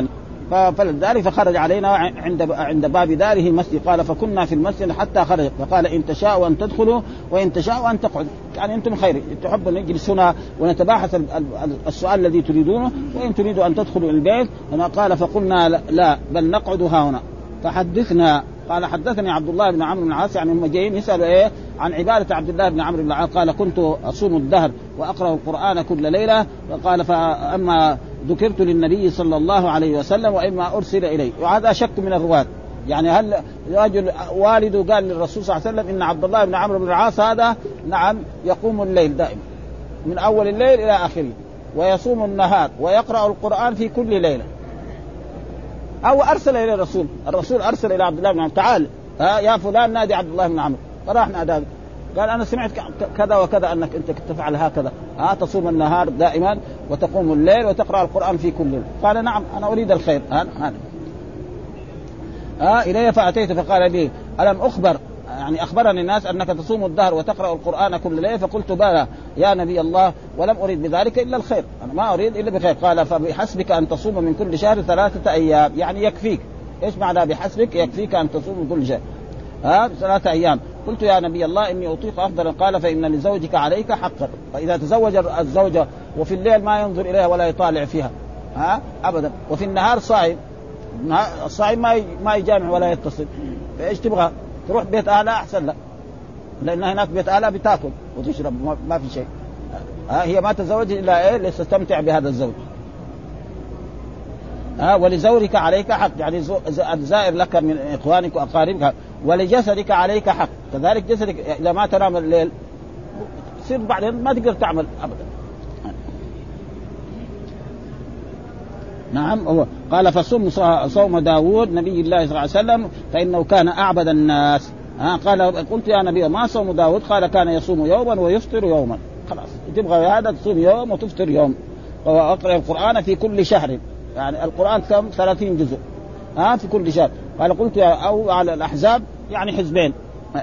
فلذلك فخرج علينا عند عند باب داره مسجد، قال فكنا في المسجد حتى خرج فقال إن تشاءوا أن تدخلوا وإن تشاءوا أن تقعدوا، يعني أنتم خير تحبوا نجلس هنا ونتباحث السؤال الذي تريدونه، وإن تريدوا أن تدخلوا البيت. قال فقلنا لا بل نقعد ها هنا. فحدثنا قال حدثني عبد الله بن عمرو بن العاص، يعني هم جايين يسألوا إيه عن عبادة عبد الله بن عمرو بن العاص. قال كنت أصوم الدهر وأقرأ القرآن كل ليلة. قال فأما ذكرت للنبي صلى الله عليه وسلم وإما أرسل إليه. وهذا شك من الرواة، يعني هل رجل والده قال للرسول صلى الله عليه وسلم إن عبد الله بن عمرو بن العاص هذا نعم يقوم الليل دائما من أول الليل إلى آخره ويصوم النهار ويقرأ القرآن في كل ليلة، أو أرسل إلى الرسول، الرسول أرسل إلى عبد الله بن عمرو تعال ها يا فلان نادي عبد الله بن عمرو، فراح ناداه قال أنا سمعت كذا وكذا أنك أنت تفعل هكذا، ها تصوم النهار دائما وتقوم الليل وتقرأ القرآن في كل ليلة. قال نعم أنا أريد الخير ها ها ها إليه فأتيت فقال لي ألم أخبر، يعني أخبرني الناس أنك تصوم الدهر وتقرأ القرآن كل ليلة. فقلت بلى يا نبي الله ولم أريد بذلك إلا الخير، أنا ما أريد إلا بخير. قال فبحسبك أن تصوم من كل شهر ثلاثة أيام، يعني يكفيك. إيش معنى بحسبك؟ يكفيك أن تصوم من كل شهر ها ثلاثة أيام. قلت يا نبي الله إني أطيق أفضل. قال فإن لزوجك عليك حقا، فإذا تزوج الزوجة وفي الليل ما ينظر إليها ولا يطالع فيها ها أبدا، وفي النهار صائم، الصائم ما ما يجامع ولا يتصل، فإيش تبغى؟ تروح بيت أهلها أحسن لك، لأن هناك بيت أهلها بتاكل وتشرب ما في شيء. ها هي ما تزوج إلا إيه لتستمتع بهذا الزوج. ها ولزورك عليك حق، يعني الزائر لك من إخوانك وأقاربك. ولجسدك عليك حق، كذلك جسدك إذا ما تنام الليل تصير بعدين ما تقدر تعمل أبدا. نعم هو قال فصوم صوم داود نبي الله صلى الله عليه وسلم فإنه كان أعبد الناس. ها قال قلت يا نبي ما صوم داود؟ قال كان يصوم يوما ويفطر يوما. خلاص تبغى هذا تصوم يوم وتفطر يوم. وأقرأ القرآن في كل شهر، يعني القرآن كم ثلاثين جزء ها في كل شهر. قال قلت يا أو على الأحزاب يعني حزبين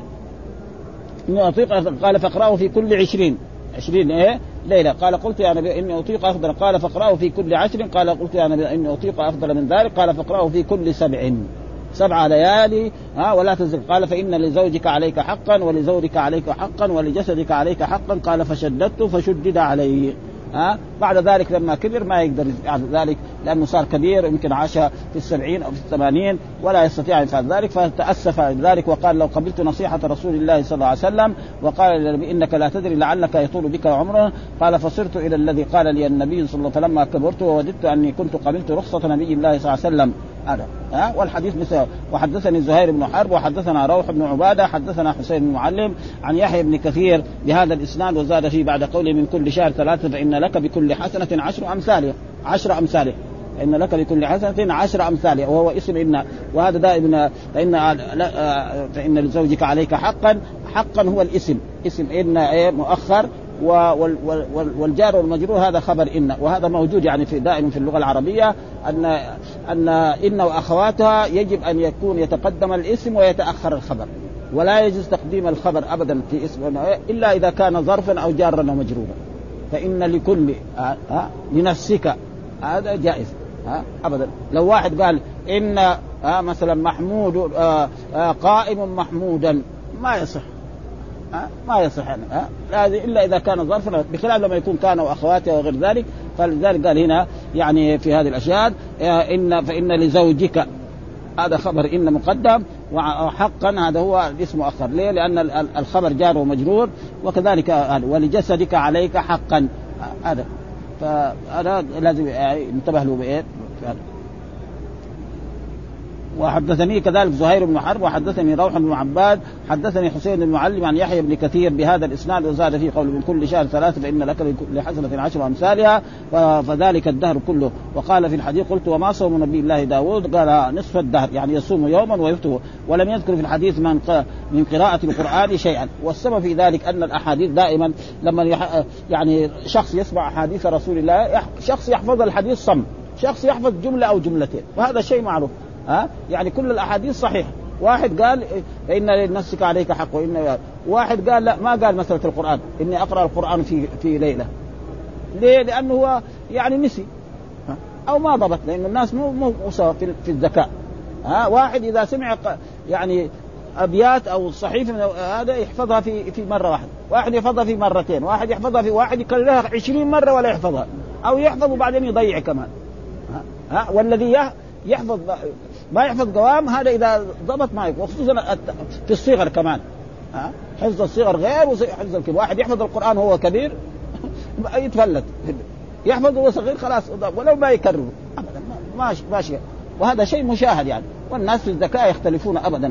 إني أطيق. قال فاقرأه في كل عشرين عشرين إيه ليلة. قال قلت يا نبي إني أطيق أفضل. قال فاقرأه في كل عشر. قال قلت يا نبي إني أطيق أفضل من ذلك. قال فاقرأه في كل سبع سبع ليالي ها ولا تزل. قال فإن لزوجك عليك حقا ولزوجك عليك حقا ولجسدك عليك حقا. قال فشددت فشدد عليه. ها بعد ذلك لما كبر ما يقدر يفعل ذلك لأنه صار كبير، يمكن عاش في السبعين أو في الثمانين ولا يستطيع أن يفعل ذلك، فتأسف ذلك وقال لو قبلت نصيحة رسول الله صلى الله عليه وسلم. وقال للنبي إنك لا تدري لعلك يطول بك عمره. قال فصرت إلى الذي قال لي النبي صلى الله عليه وسلم فلما كبرت ووددت أني كنت قبلت رخصة نبي الله صلى الله عليه وسلم. هذا ها والحديث مثل. وحدثني زهير بن حرب وحدثنا روح بن عبادة حدثنا حسين بن معلم عن يحيى بن كثير بهذا الإسناد وزاد فيه بعد قوله من كل شهر ثلاثة فإن لك بكل حسنة عشر أمثالها عشر أمثالها إن لك بكل حسنة عشر أمثالها، وهو اسم إن. وهذا دائما فإن فإن لزوجك عليك حقا. حقا هو الاسم، اسم إن إيه مؤخر، والجار والمجرور هذا خبر إن. وهذا موجود يعني في دائما في اللغة العربية أن أن إن وأخواتها يجب أن يكون يتقدم الاسم ويتأخر الخبر، ولا يجوز تقديم الخبر أبدا في اسم إلا إذا كان ظرفا أو جارا ومجرورا. فإن لكل ها لنفسك هذا جائز ها أبدا. لو واحد قال إن ها مثلا محمود آه آه قائم محمودا ما يصح ها ما يصح ها إلا إذا كان ظرفا، بخلاف لما يكون كان وأخواته وغير ذلك. فلذلك قال هنا يعني في هذه الأشياء إن فإن لزوجك هذا خبر إن مقدم، وحقا هذا هو الاسم مؤخر. ليه؟ لأن الخبر جار ومجرور. وكذلك ولجسدك عليك حقا هذا، فهذا لازم انتبه له بإيه. وحدثني كذلك زهير بن حرب وحدثني روح بن عباد حدثني حسين المعلم عن يحيى بن كثير بهذا الإسناد وزاد فيه قول من كل شهر ثلاثة فإن لك لكل حسنة عشر أمثالها فذلك الدهر كله. وقال في الحديث قلت وما صوم نبي الله داود؟ قال نصف الدهر، يعني يصوم يوما ويفطر. ولم يذكر في الحديث من من قراءة القرآن شيئا. والسبب في ذلك أن الأحاديث دائما لما يح... يعني شخص يسمع أحاديث رسول الله يح... شخص يحفظ الحديث صم، شخص يحفظ جملة أو جملتين، وهذا شيء معروف. ها يعني كل الأحاديث صحيحة. واحد قال إن لنفسك عليك حق، وإن واحد قال لا ما قال مسألة القرآن إني أقرأ القرآن في في ليلة. ليه؟ لأنه هو يعني نسي أو ما ضبط، لأن الناس مو مو سوا في في الذكاء. ها واحد إذا سمع يعني أبيات أو صحيفة هذا يحفظها في في مرة واحدة، واحد يحفظها في مرتين، واحد يحفظها في واحد يكررها عشرين مرة ولا يحفظها، أو يحفظ وبعدين يضيع كمان. ها والذي يحفظ ما يحفظ قوام هذا إذا ضبط ما يكون، وخصوصا في الصغر كمان. ها حفظ الصغر غير وحفظ الكبير. واحد يحفظ القرآن وهو كبير يتفلت، يحفظ وهو صغير خلاص ولو ما يكرره أبدا ماشي ماشي. وهذا شيء مشاهد يعني، والناس في الذكاء يختلفون أبدا.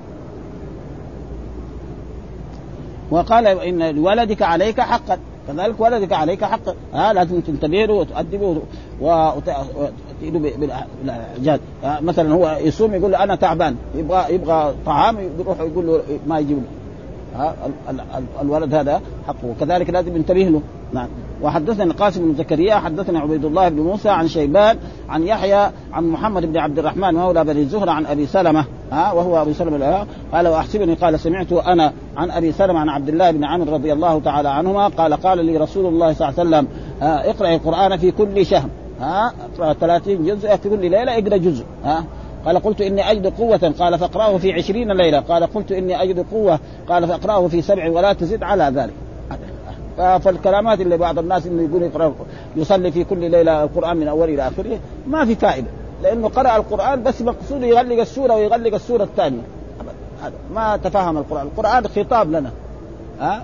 وقال إن لولدك عليك حقا، كذلك ولدك عليك حقا. ها لازم تنتبهه وتؤدبه وتأيده بالإعجاز. مثلا هو يصوم يقول له أنا تعبان، يبغى يبغى طعام يروح يقول له ما يجيب له. ها الولد هذا حقه، وكذلك لازم ينتبه له. نعم. وحدثنا القاسم بن زكريا حدثنا عبيد الله بن موسى عن شيبان عن يحيى عن محمد بن عبد الرحمن مولى بني الزهرة عن أبي سلمة، ها وهو أبي سلمة قال وأحسبني قال سمعت أنا عن أبي سلمة عن عبد الله بن عمرو رضي الله تعالى عنهما قال قال لي رسول الله صلى الله عليه وسلم اقرأ القرآن في كل شهر، ها ثلاثين جزء في كل ليلة اقرأ جزء. ها قال قلت إني أجد قوة قال فاقرأه في عشرين ليلة. قال قلت إني أجد قوة قال فاقرأه في سبع ولا تزد على ذلك. فالكلامات اللي بعض الناس إنه يقول يقرأ يصلي في كل ليلة القرآن من أول إلى آخره ما في فائدة، لأنه قرأ القرآن بس مقصوده يغلق السورة ويغلق السورة الثانية. هذا ما تفهم القرآن. القرآن خطاب لنا. ها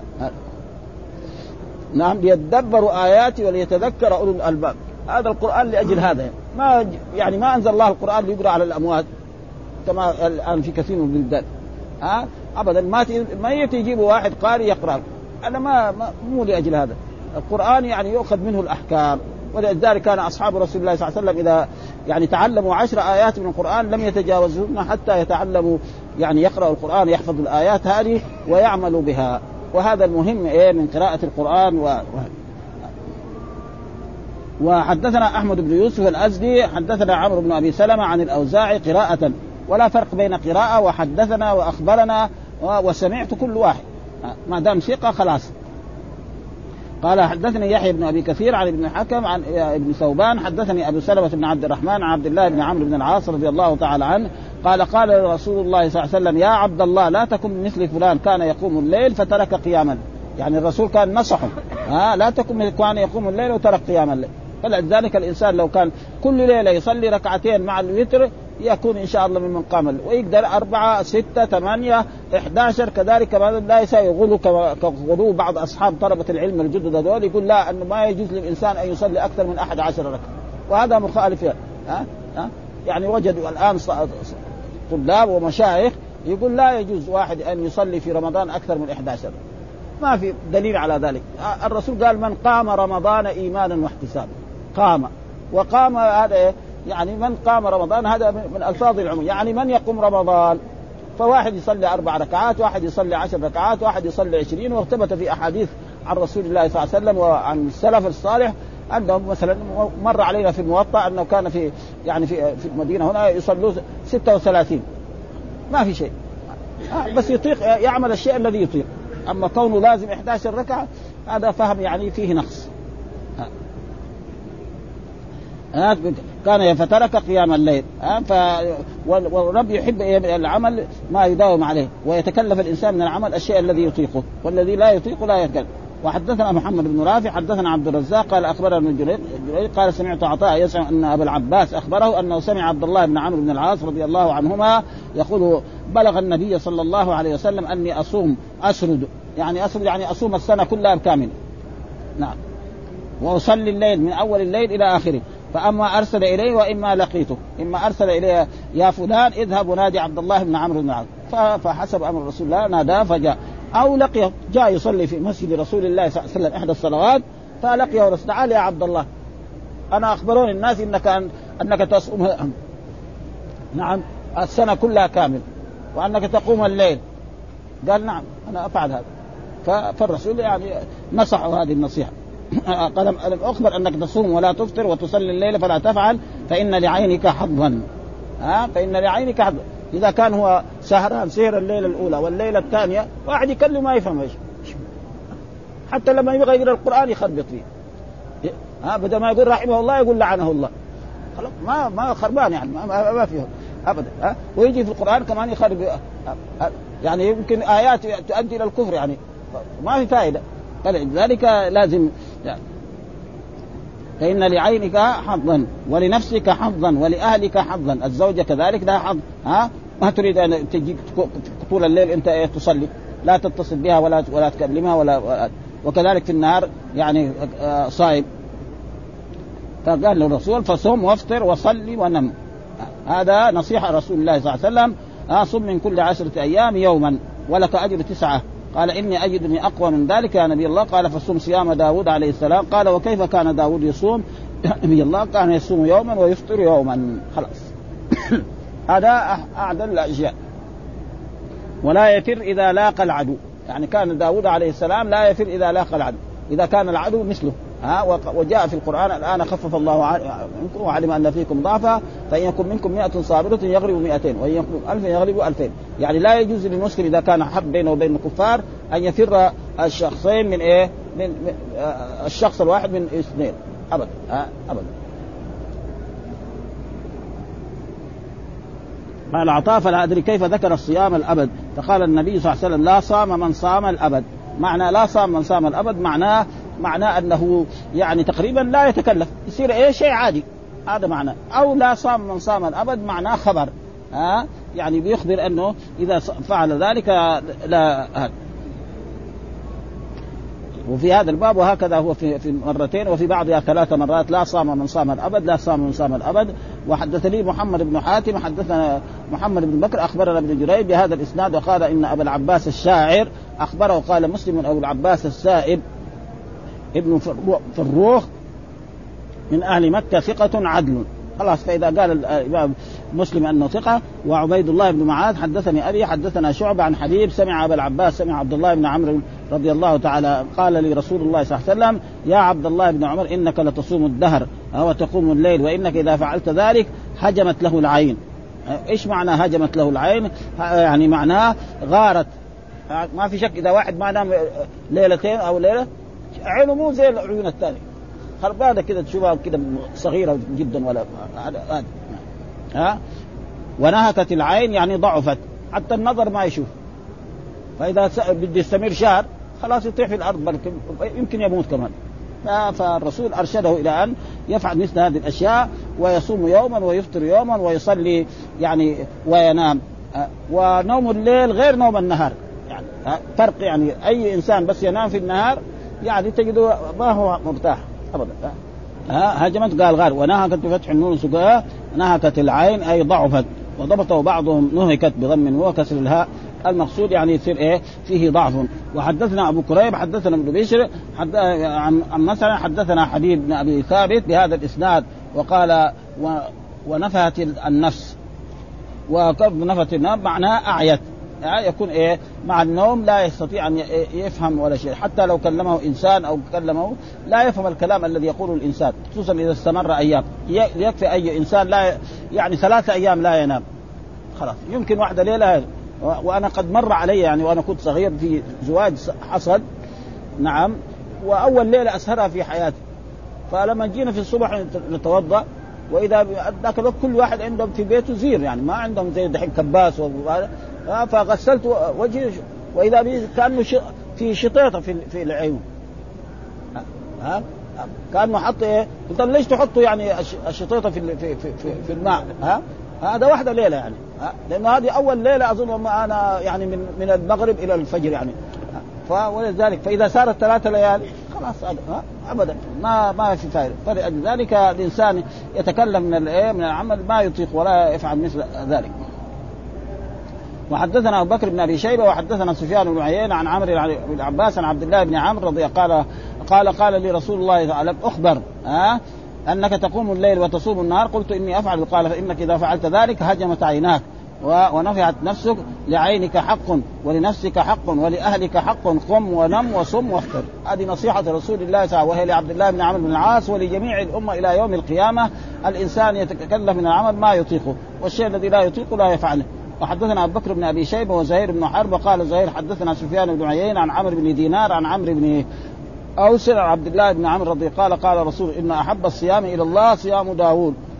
نعم ليتدبروا آياتي وليتذكر أولو الألباب. هذا القرآن لأجل هذا، ما يعني ما أنزل الله القرآن ليقرأ على الأموات كما الآن في كثير من البلدان. ها أبدا ما ما يجيبوا واحد قارئ يقرأ. أنا ما مو لأجل هذا. القرآن يعني يؤخذ منه الأحكام، ولذلك كان أصحاب رسول الله صلى الله عليه وسلم إذا يعني تعلموا عشر آيات من القرآن لم يتجاوزهن حتى يتعلموا يعني يقرأوا القرآن يحفظوا الآيات هذه ويعملوا بها. وهذا المهم إيه من قراءة القرآن. و... وحدثنا أحمد بن يوسف الأزدي حدثنا عمرو بن أبي سلمة عن الأوزاعي قراءة، ولا فرق بين قراءة وحدثنا وأخبرنا وسمعت كل واحد ما دام ثقة خلاص. قال حدثني يحيى بن أبي كثير عن ابن الحكم عن ابن ثوبان حدثني أبو سلمة بن عبد الرحمن عن عبد الله بن عمرو بن العاص رضي الله تعالى عنه قال قال رسول الله صلى الله عليه وسلم يا عبد الله لا تكن مثل فلان كان يقوم الليل فترك قياما. يعني الرسول كان نصحه ها لا تكن كان يقوم الليل وترك قيام الليل. فلذلك الإنسان لو كان كل ليلة يصلي ركعتين مع الوتر يكون إن شاء الله ممن قام الليل، ويقدر أربعة ستة ثمانية إحدى عشر كذلك. لا يغلو كغلو بعض أصحاب طلبة العلم الجدد هذول يقول لا أنه ما يجوز للإنسان أن يصلي أكثر من أحد عشر ركعة، وهذا مخالف. ها ها يعني وجدوا الآن طلاب ومشايخ يقول لا يجوز واحد أن يصلي في رمضان أكثر من إحدى عشر. ما في دليل على ذلك. الرسول قال من قام رمضان إيمانا واحتسابا. قام وقام هذا يعني من قام رمضان هذا من ألفاظ العموم، يعني من يقوم رمضان. فواحد يصلي أربع ركعات، واحد يصلي عشر ركعات، واحد يصلي عشرين. وارتبط في أحاديث عن رسول الله صلى الله عليه وسلم وعن السلف الصالح عندهم مثلا مر علينا في الموطأ أنه كان في يعني في في المدينة هنا يصلوا ستة وثلاثين ما في شيء، بس يطيق يعمل الشيء الذي يطيق. أما كونه لازم إحدى عشر ركعة هذا فهم يعني فيه نقص. كان فترك قيام الليل. والرب يحب العمل ما يداوم عليه، ويتكلف الإنسان من العمل الشيء الذي يطيقه، والذي لا يطيق لا يتكلف. وحدثنا محمد بن رافع حدثنا عبد الرزاق قال أخبرنا ابن جرير قال سمعت عطاء يسمع أن أبا العباس أخبره أنه سمع عبد الله بن عمرو بن العاص رضي الله عنهما يقول بلغ النبي صلى الله عليه وسلم أني أصوم أسرد، يعني أسرد يعني أصوم السنة كلها كاملة. نعم. وأصلي الليل من أول الليل إلى آخره، فأما أرسل إليه وإما لقيته. إما أرسل إليه يا فلان اذهب ونادي عبد الله بن عمرو بن العاص، فحسب أمر رسول الله ناداه فجاء، أو لقيه جاء يصلي في مسجد رسول الله صلى الله عليه وسلم إحدى الصلوات فلقيه ورسول تعال يا عبد الله أنا أخبروني الناس إنك أنك تصوم نعم السنة كلها كامل وأنك تقوم الليل. قال نعم أنا أفعل هذا. فالرسول يعني نصحه هذه النصيحة. قال ألم أخبر أنك تصوم ولا تفطر وتصلي الليل فلا تفعل فإن لعينك حظا. ها فإن لعينك حظا. إذا كان هو سهران سهر الليلة الأولى والليلة الثانية واحد يكلم ما يفهم إيش، حتى لما يبغى يقرأ القرآن يخربط فيه. ها بدل ما يقول رحمه الله يقول لعنه الله. خلاص ما ما خربان يعني ما, ما فيه ابدا ها. ويجي في القرآن كمان يخرب يعني يمكن آيات تؤدي الى الكفر يعني ما في فائدة. فلذلك لازم يعني فإن لعينك حظا ولنفسك حظا ولأهلك حظا. الزوجة كذلك لها حظ ها. ما تريد أن تجيك طول الليل أنت إيه تصلي لا تتصل بها ولا ولا تكلمها ولا. وكذلك في النهار يعني صائم. فقال له الرسول فصوم وافطر وصلي ونم. هذا نصيحة رسول الله صلى الله عليه وسلم. صم من كل عشرة أيام يوما ولك أجر تسعة. قال إني أجدني أقوى من ذلك يا نبي الله. قال فصوم صيام داود عليه السلام. قال وكيف كان داود يصوم يا نبي الله؟ كان يصوم يوما ويفطر يوما. خلاص هذا أعدل الأشياء. ولا يفر إذا لاقى العدو. يعني كان داود عليه السلام لا يفر إذا لاقى العدو إذا كان العدو مثله ها. وجاء في القرآن الآن خفف الله عنكم وعلم أن فيكم ضعفا فإن يكن منكم مئة صابرة يغلب مئتين وإن يكن ألف يغلب ألفين. يعني لا يجوز للمسلم إذا كان حرب بينه وبين الكفار أن يفر الشخصين من إيه من الشخص الواحد من اثنين أبدا ها أبدا. قال عطاء فلا أدري كيف ذكر الصيام الأبد. فقال النبي صلى الله عليه وسلم لا صام من صام الأبد. معنى لا صام من صام الأبد معناه معناه أنه يعني تقريبا لا يتكلف يصير أي شيء عادي. هذا معناه. أو لا صام من صام الأبد معناه خبر ها يعني بيخبر أنه إذا فعل ذلك لا هذا. وفي هذا الباب وهكذا هو في في مرتين وفي بعضها ثلاث مرات لا صام من صام الأبد لا صام من صام الأبد. وحدثني محمد بن حاتم حدثنا محمد بن بكر أخبرنا ابن جريج بهذا الإسناد وقال إن أبا العباس الشاعر أخبره قال مسلم أبو العباس السائب ابن فروخ من أهل مكة ثقة عدل. خلاص فإذا قال الإمام مسلم أنه ثقة. وعبيد الله بن معاذ حدثني أبي حدثنا شعبة عن حبيب سمع أبا العباس سمع عبد الله بن عمرو رضي الله تعالى قال لي رسول الله صلى الله عليه وسلم يا عبد الله بن عمر إنك لتصوم الدهر وتقوم الليل وإنك إذا فعلت ذلك هجمت له العين. إيش معنى هجمت له العين؟ يعني معناه غارت. ما في شك إذا واحد ما نام ليلتين أو ليلة عينه مو زي العيون الثانية خربانة كده تشوفها كده صغيرة جدا ولا هذا ها. ونهكت العين يعني ضعفت حتى النظر ما يشوف. فإذا بده يستمر شهر خلاص يطيح في الأرض بل يمكن يموت كمان. فالرسول أرشده إلى أن يفعل مثل هذه الأشياء ويصوم يوما ويفطر يوما ويصلي يعني وينام. ونوم الليل غير نوم النهار يعني فرق. يعني أي إنسان بس ينام في النهار يعني تجده ما هو مرتاح أبدا. ها هجمت قال غار. ونهكت بفتح النون سكها نهكت العين أي ضعفت. وضبطه بعضهم نهكت بضم وكسر الهاء. المقصود يعني يصير إيه فيه ضعف. وحدثنا أبو كريب حدثنا ابن بشر حد... عن... عن مثلا حدثنا حبيب بن أبي ثابت بهذا الإسناد وقال و... ونفهت النفس. وكيف نفهت النفس معناه أعيت يعني يكون إيه مع النوم لا يستطيع أن يفهم ولا شيء. حتى لو كلمه إنسان أو كلمه لا يفهم الكلام الذي يقوله الإنسان خصوصا إذا استمر أيام. يكفي أي إنسان لا يعني ثلاثة أيام لا ينام خلاص. يمكن واحدة ليلة. وأنا قد مر علي يعني وأنا كنت صغير في زواج حصل نعم وأول ليلة أسهرها في حياتي. فلما جينا في الصبح نتوضأ وإذا ذاك الوقت كل واحد عندهم في بيته زير يعني ما عندهم زي دحين كباس وهذا. فغسلت وجهي وإذا كأنه في شطيطة في في العين ها كأنه حط إيه. قلت ليش تحطوا يعني الشطيطة في في في في الماء ها. هذا واحدة ليلة يعني ها؟ لأنه هذه أول ليلة أظن أنا يعني من من المغرب إلى الفجر يعني. فولذلك فإذا صارت ثلاثة ليالي خلاص أبدا ما ما في فائدة. فلذلك الإنسان يتكلم من الإيه من العمل ما يطيق ولا يفعل مثل ذلك. وحدثنا أبو بكر بن أبي شيبة وحدثنا سفيان بن عيينة عن عمرو بن عباس عن عبد الله بن عمرو رضي قال قال قال لي رسول الله تعالى أخبر ها أنك تقوم الليل وتصوم النهار. قلت إني أفعل. قال فإنك إذا فعلت ذلك هجمت عيناك ونفعت نفسك. لعينك حق ولنفسك حق ولأهلك حق. قم ونم وصم وافطر. هذه نصيحة رسول الله تعالى وهي لعبد الله بن عمرو بن العاص ولجميع الأمة إلى يوم القيامة. الإنسان يتكلم من العمل ما يطيقه والشيء الذي لا يطيقه لا يفعله. وحدثنا أبو بكر بن أبي شيبة وزهير بن حرب قال زهير حدثنا سفيان بن عيينة عن عمرو بن دينار عن عمرو بن أوس عن عبد الله بن عمرو رضي قال قال رسول إن أحب الصيام إلى الله صيام داود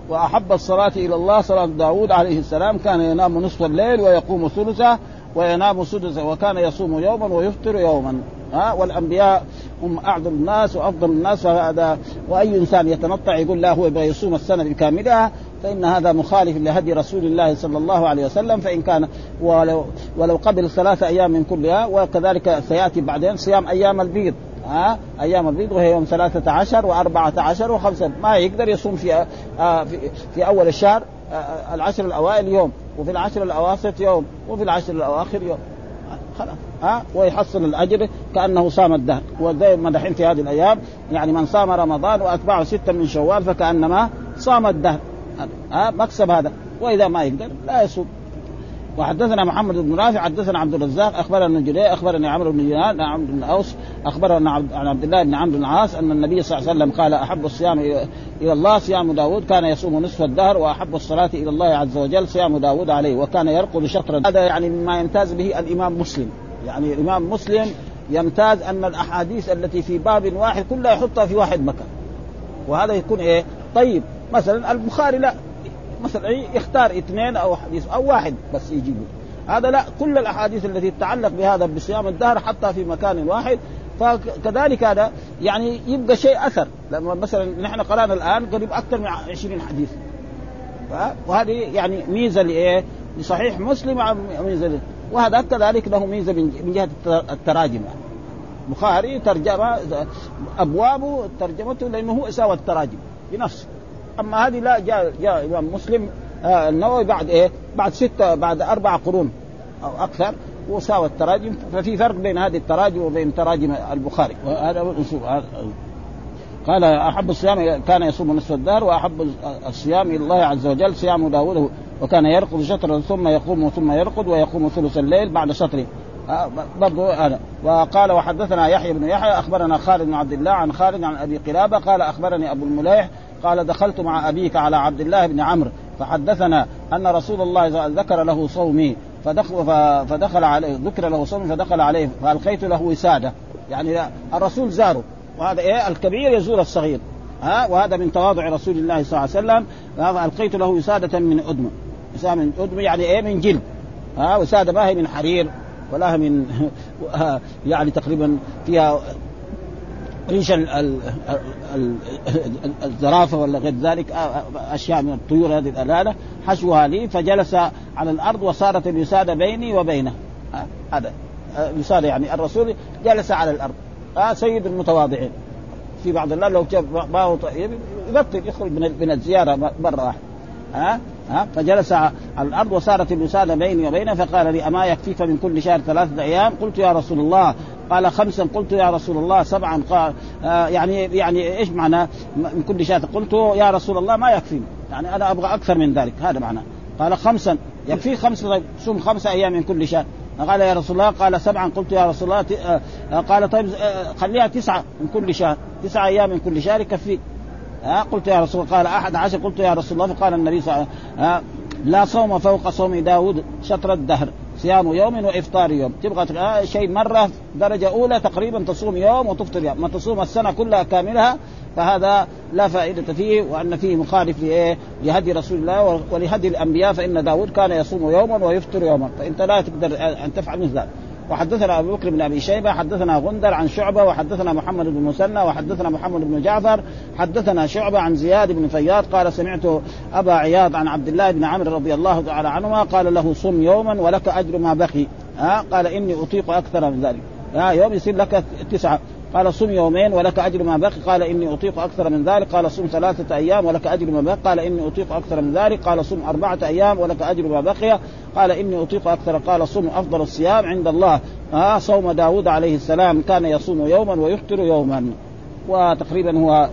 وأحب الصلاة إلى الله صلاة داود عليه السلام كان ينام نصف الليل ويقوم ثلثه وينام سدسه وكان يصوم يوما ويفطر يوما. ها والأنبياء هم أعظم الناس وأفضل الناس، فهذا وأي إنسان يتنطع يقول لا هو يبغى يصوم السنة بكاملها فإن هذا مخالف لهدي رسول الله صلى الله عليه وسلم. فإن كان ولو, ولو قبل ثلاثة أيام من كلها، وكذلك سيأتي بعدين صيام أيام البيض، ها أيام البيض وهي يوم ثلاثة عشر وأربعة عشر وخمسة، ما يقدر يصوم في في, في أول الشهر العشر الأوائل يوم، وفي العشر الأواسط يوم، وفي العشر الأواخر يوم، خلاص ها ويحصل الأجر كأنه صام الدهر. ودائما دحين في هذه الأيام يعني من صام رمضان وأتبعه ستة من شوال فكأنما صام الدهر، ها مكسب هذا. وإذا ما يقدر لا يصوم. وحدثنا محمد بن رافع حدثنا عبد الرزاق أخبرنا ابن جرير أخبرني عمرو بن دينار عن بن أوس أخبرنا عن عبد الله بن عمرو بن العاص أن النبي صلى الله عليه وسلم قال أحب الصيام إلى الله صيام داود كان يصوم نصف الدهر، وأحب الصلاة إلى الله عز وجل صيام داود عليه وكان يرقد شطرا. هذا يعني مما يمتاز به الإمام مسلم، يعني الإمام مسلم يمتاز أن الأحاديث التي في باب واحد كلها يحطها في واحد مكان، وهذا يكون إيه طيب. مثلا البخاري لا مثلا يختار اثنين أو حديث أو واحد بس يجيبه، هذا لا، كل الأحاديث التي تتعلق بهذا بصيام الدهر حتى في مكان واحد. فكذلك هذا يعني يبقى شيء أثر، لما مثلا نحن قرأنا الآن قريب أكثر من عشرين حديث، وهذه يعني ميزة لإيه لصحيح مسلم، ميزة. وهذا كذلك له ميزة من جهة التراجم، بخاري ترجمة أبوابه ترجمته لأنه هو سوى التراجم بنفسه. أما هذه لا، جاء جاء إمام مسلم آه النووي بعد إيه بعد ستة بعد أربع قرون أو أكثر وساوى التراجم. ففي فرق بين هذه التراجم وبين تراجم البخاري. وهذا قال أحب الصيام كان يصوم نصف الدهر، وأحب الصيام إلى الله عز وجل صيام داود وكان يرقد شطرا ثم يقوم ثم يرقد ويقوم ثلث الليل بعد شطره. آه برضو هذا. وقال وحدثنا يحيى بن يحيى أخبرنا خالد بن عبد الله عن خالد عن أبي قلابة قال أخبرني أبو المليح قال دخلت مع أبيك على عبد الله بن عمرو فحدثنا أن رسول الله ذكر له صومي فدخل, فدخل عليه ذكر له صومي فدخل عليه فألقيت له وسادة، يعني الرسول زاره، وهذا إيه الكبير يزور الصغير، ها وهذا من تواضع رسول الله صلى الله عليه وسلم. فألقيت له وسادة من أدم، وسادة من أدم يعني إيه من جلد، ها وسادة ما هي من حرير ولا من يعني تقريبا فيها ريش الزرافة ولا غير ذلك، أشياء من الطيور هذه الألالة حشوها لي. فجلس على الأرض وصارت الوسادة بيني وبينه، هذا الوسادة يعني الرسول جلس على الأرض، سيد المتواضعين. في بعض الله لو باهو يبطل يخرج من الزيارة مرة واحدة، ها ها فجلس على الأرض وصارت الوسادة بيني وبينه. فقال لي أما يكفيك من كل شهر ثلاثة أيام؟ قلت يا رسول الله. قال خمسا. قلت يا رسول الله سبعا. قال آه يعني يعني إيش معنى من كل شهر؟ قلت يا رسول الله ما يكفيني، يعني أنا أبغى أكثر من ذلك، هذا معناه. قال خمسا. يكفي خمسة؟ صوم خمسة أيام من كل شهر. قال يا رسول الله. قال سبعا. قلت يا رسول الله. آه قال طيب آه خليها تسعة من كل شهر، تسعة أيام من كل شهر يكفيك. ها قلت يا رسول الله. قال أحد عشر. قلت يا رسول الله. فقال النبي صلى الله عليه وسلم لا صوم فوق صوم داود شطر الدهر صيام يوم وإفطار يوم. تبغى شيء مرة درجة أولى تقريبا تصوم يوم وتفطر يوم، ما تصوم السنة كلها كاملها فهذا لا فائدة فيه، وأن فيه مخالف لإيه لهدي رسول الله ولهدي الأنبياء. فإن داود كان يصوم يوما ويفطر يوما، فأنت لا تقدر أن تفعل مثل ذلك. وحدثنا أبو بكر بن أبي شيبة حدثنا غندر عن شعبة وحدثنا محمد بن مسنى وحدثنا محمد بن جعفر حدثنا شعبة عن زياد بن فياض قال سمعت أبا عياض عن عبد الله بن عمرو رضي الله تعالى عنهما قال له صم يوما ولك أجر ما بقي. ها قال إني أطيق أكثر من ذلك، ها يوم يصير لك تسعة. قال صم يومين ولك أجر ما بقي. قال إني أطيق أكثر من ذلك. قال صم ثلاثة أيام ولك أجر ما بقي. قال إني أطيق أكثر من ذلك. قال صم أربعة أيام ولك أجر ما بقي. قال إني أطيق أكثر. قال صم أفضل الصيام عند الله آه صوم داود عليه السلام كان يصوم يوما ويفطر يوما. وتقريبا هو.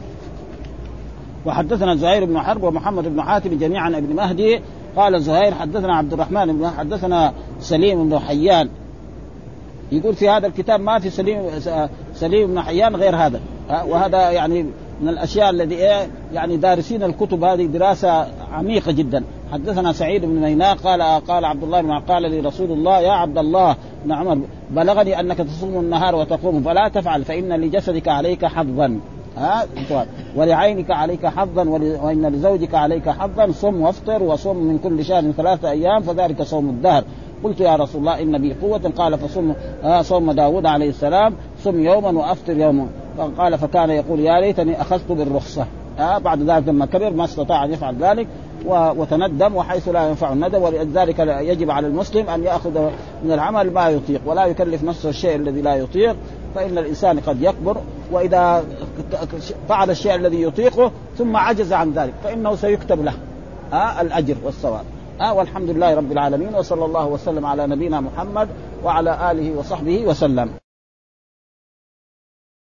وحدثنا زهير بن حرب ومحمد بن حاتم جميعا ابن مهدي قال زهير حدثنا عبد الرحمن بن حدثنا سليم بن حيان. يقول في هذا الكتاب ما في سليم سليم بن حيان غير هذا، وهذا يعني من الأشياء الذي يعني دارسين الكتب هذه دراسة عميقة جدا. حدثنا سعيد بن ميناء قال قال عبد الله بن قال لي رسول الله يا عبد الله بن عمر بلغني أنك تصوم النهار وتقوم فلا تفعل فإن لجسدك عليك حظا. ها ولعينك عليك حظا وإن لزوجك عليك حظا صم وافطر وصم من كل شهر ثلاثة أيام فذلك صوم الدهر. قلت يا رسول الله إن بي قوة قال فصم صوم داود عليه السلام صم يوما وأفطر يوما. قال فكان يقول يا ليتني أخذت بالرخصة. آه بعد ذلك لما كبر ما استطاع أن يفعل ذلك وتندم وحيث لا ينفع الندم. ولذلك يجب على المسلم أن يأخذ من العمل ما يطيق ولا يكلف نفسه الشيء الذي لا يطيق، فإن الإنسان قد يكبر وإذا فعل الشيء الذي يطيقه ثم عجز عن ذلك فإنه سيكتب له آه الأجر والثواب. آه والحمد لله رب العالمين وصلى الله وسلم على نبينا محمد وعلى آله وصحبه وسلم.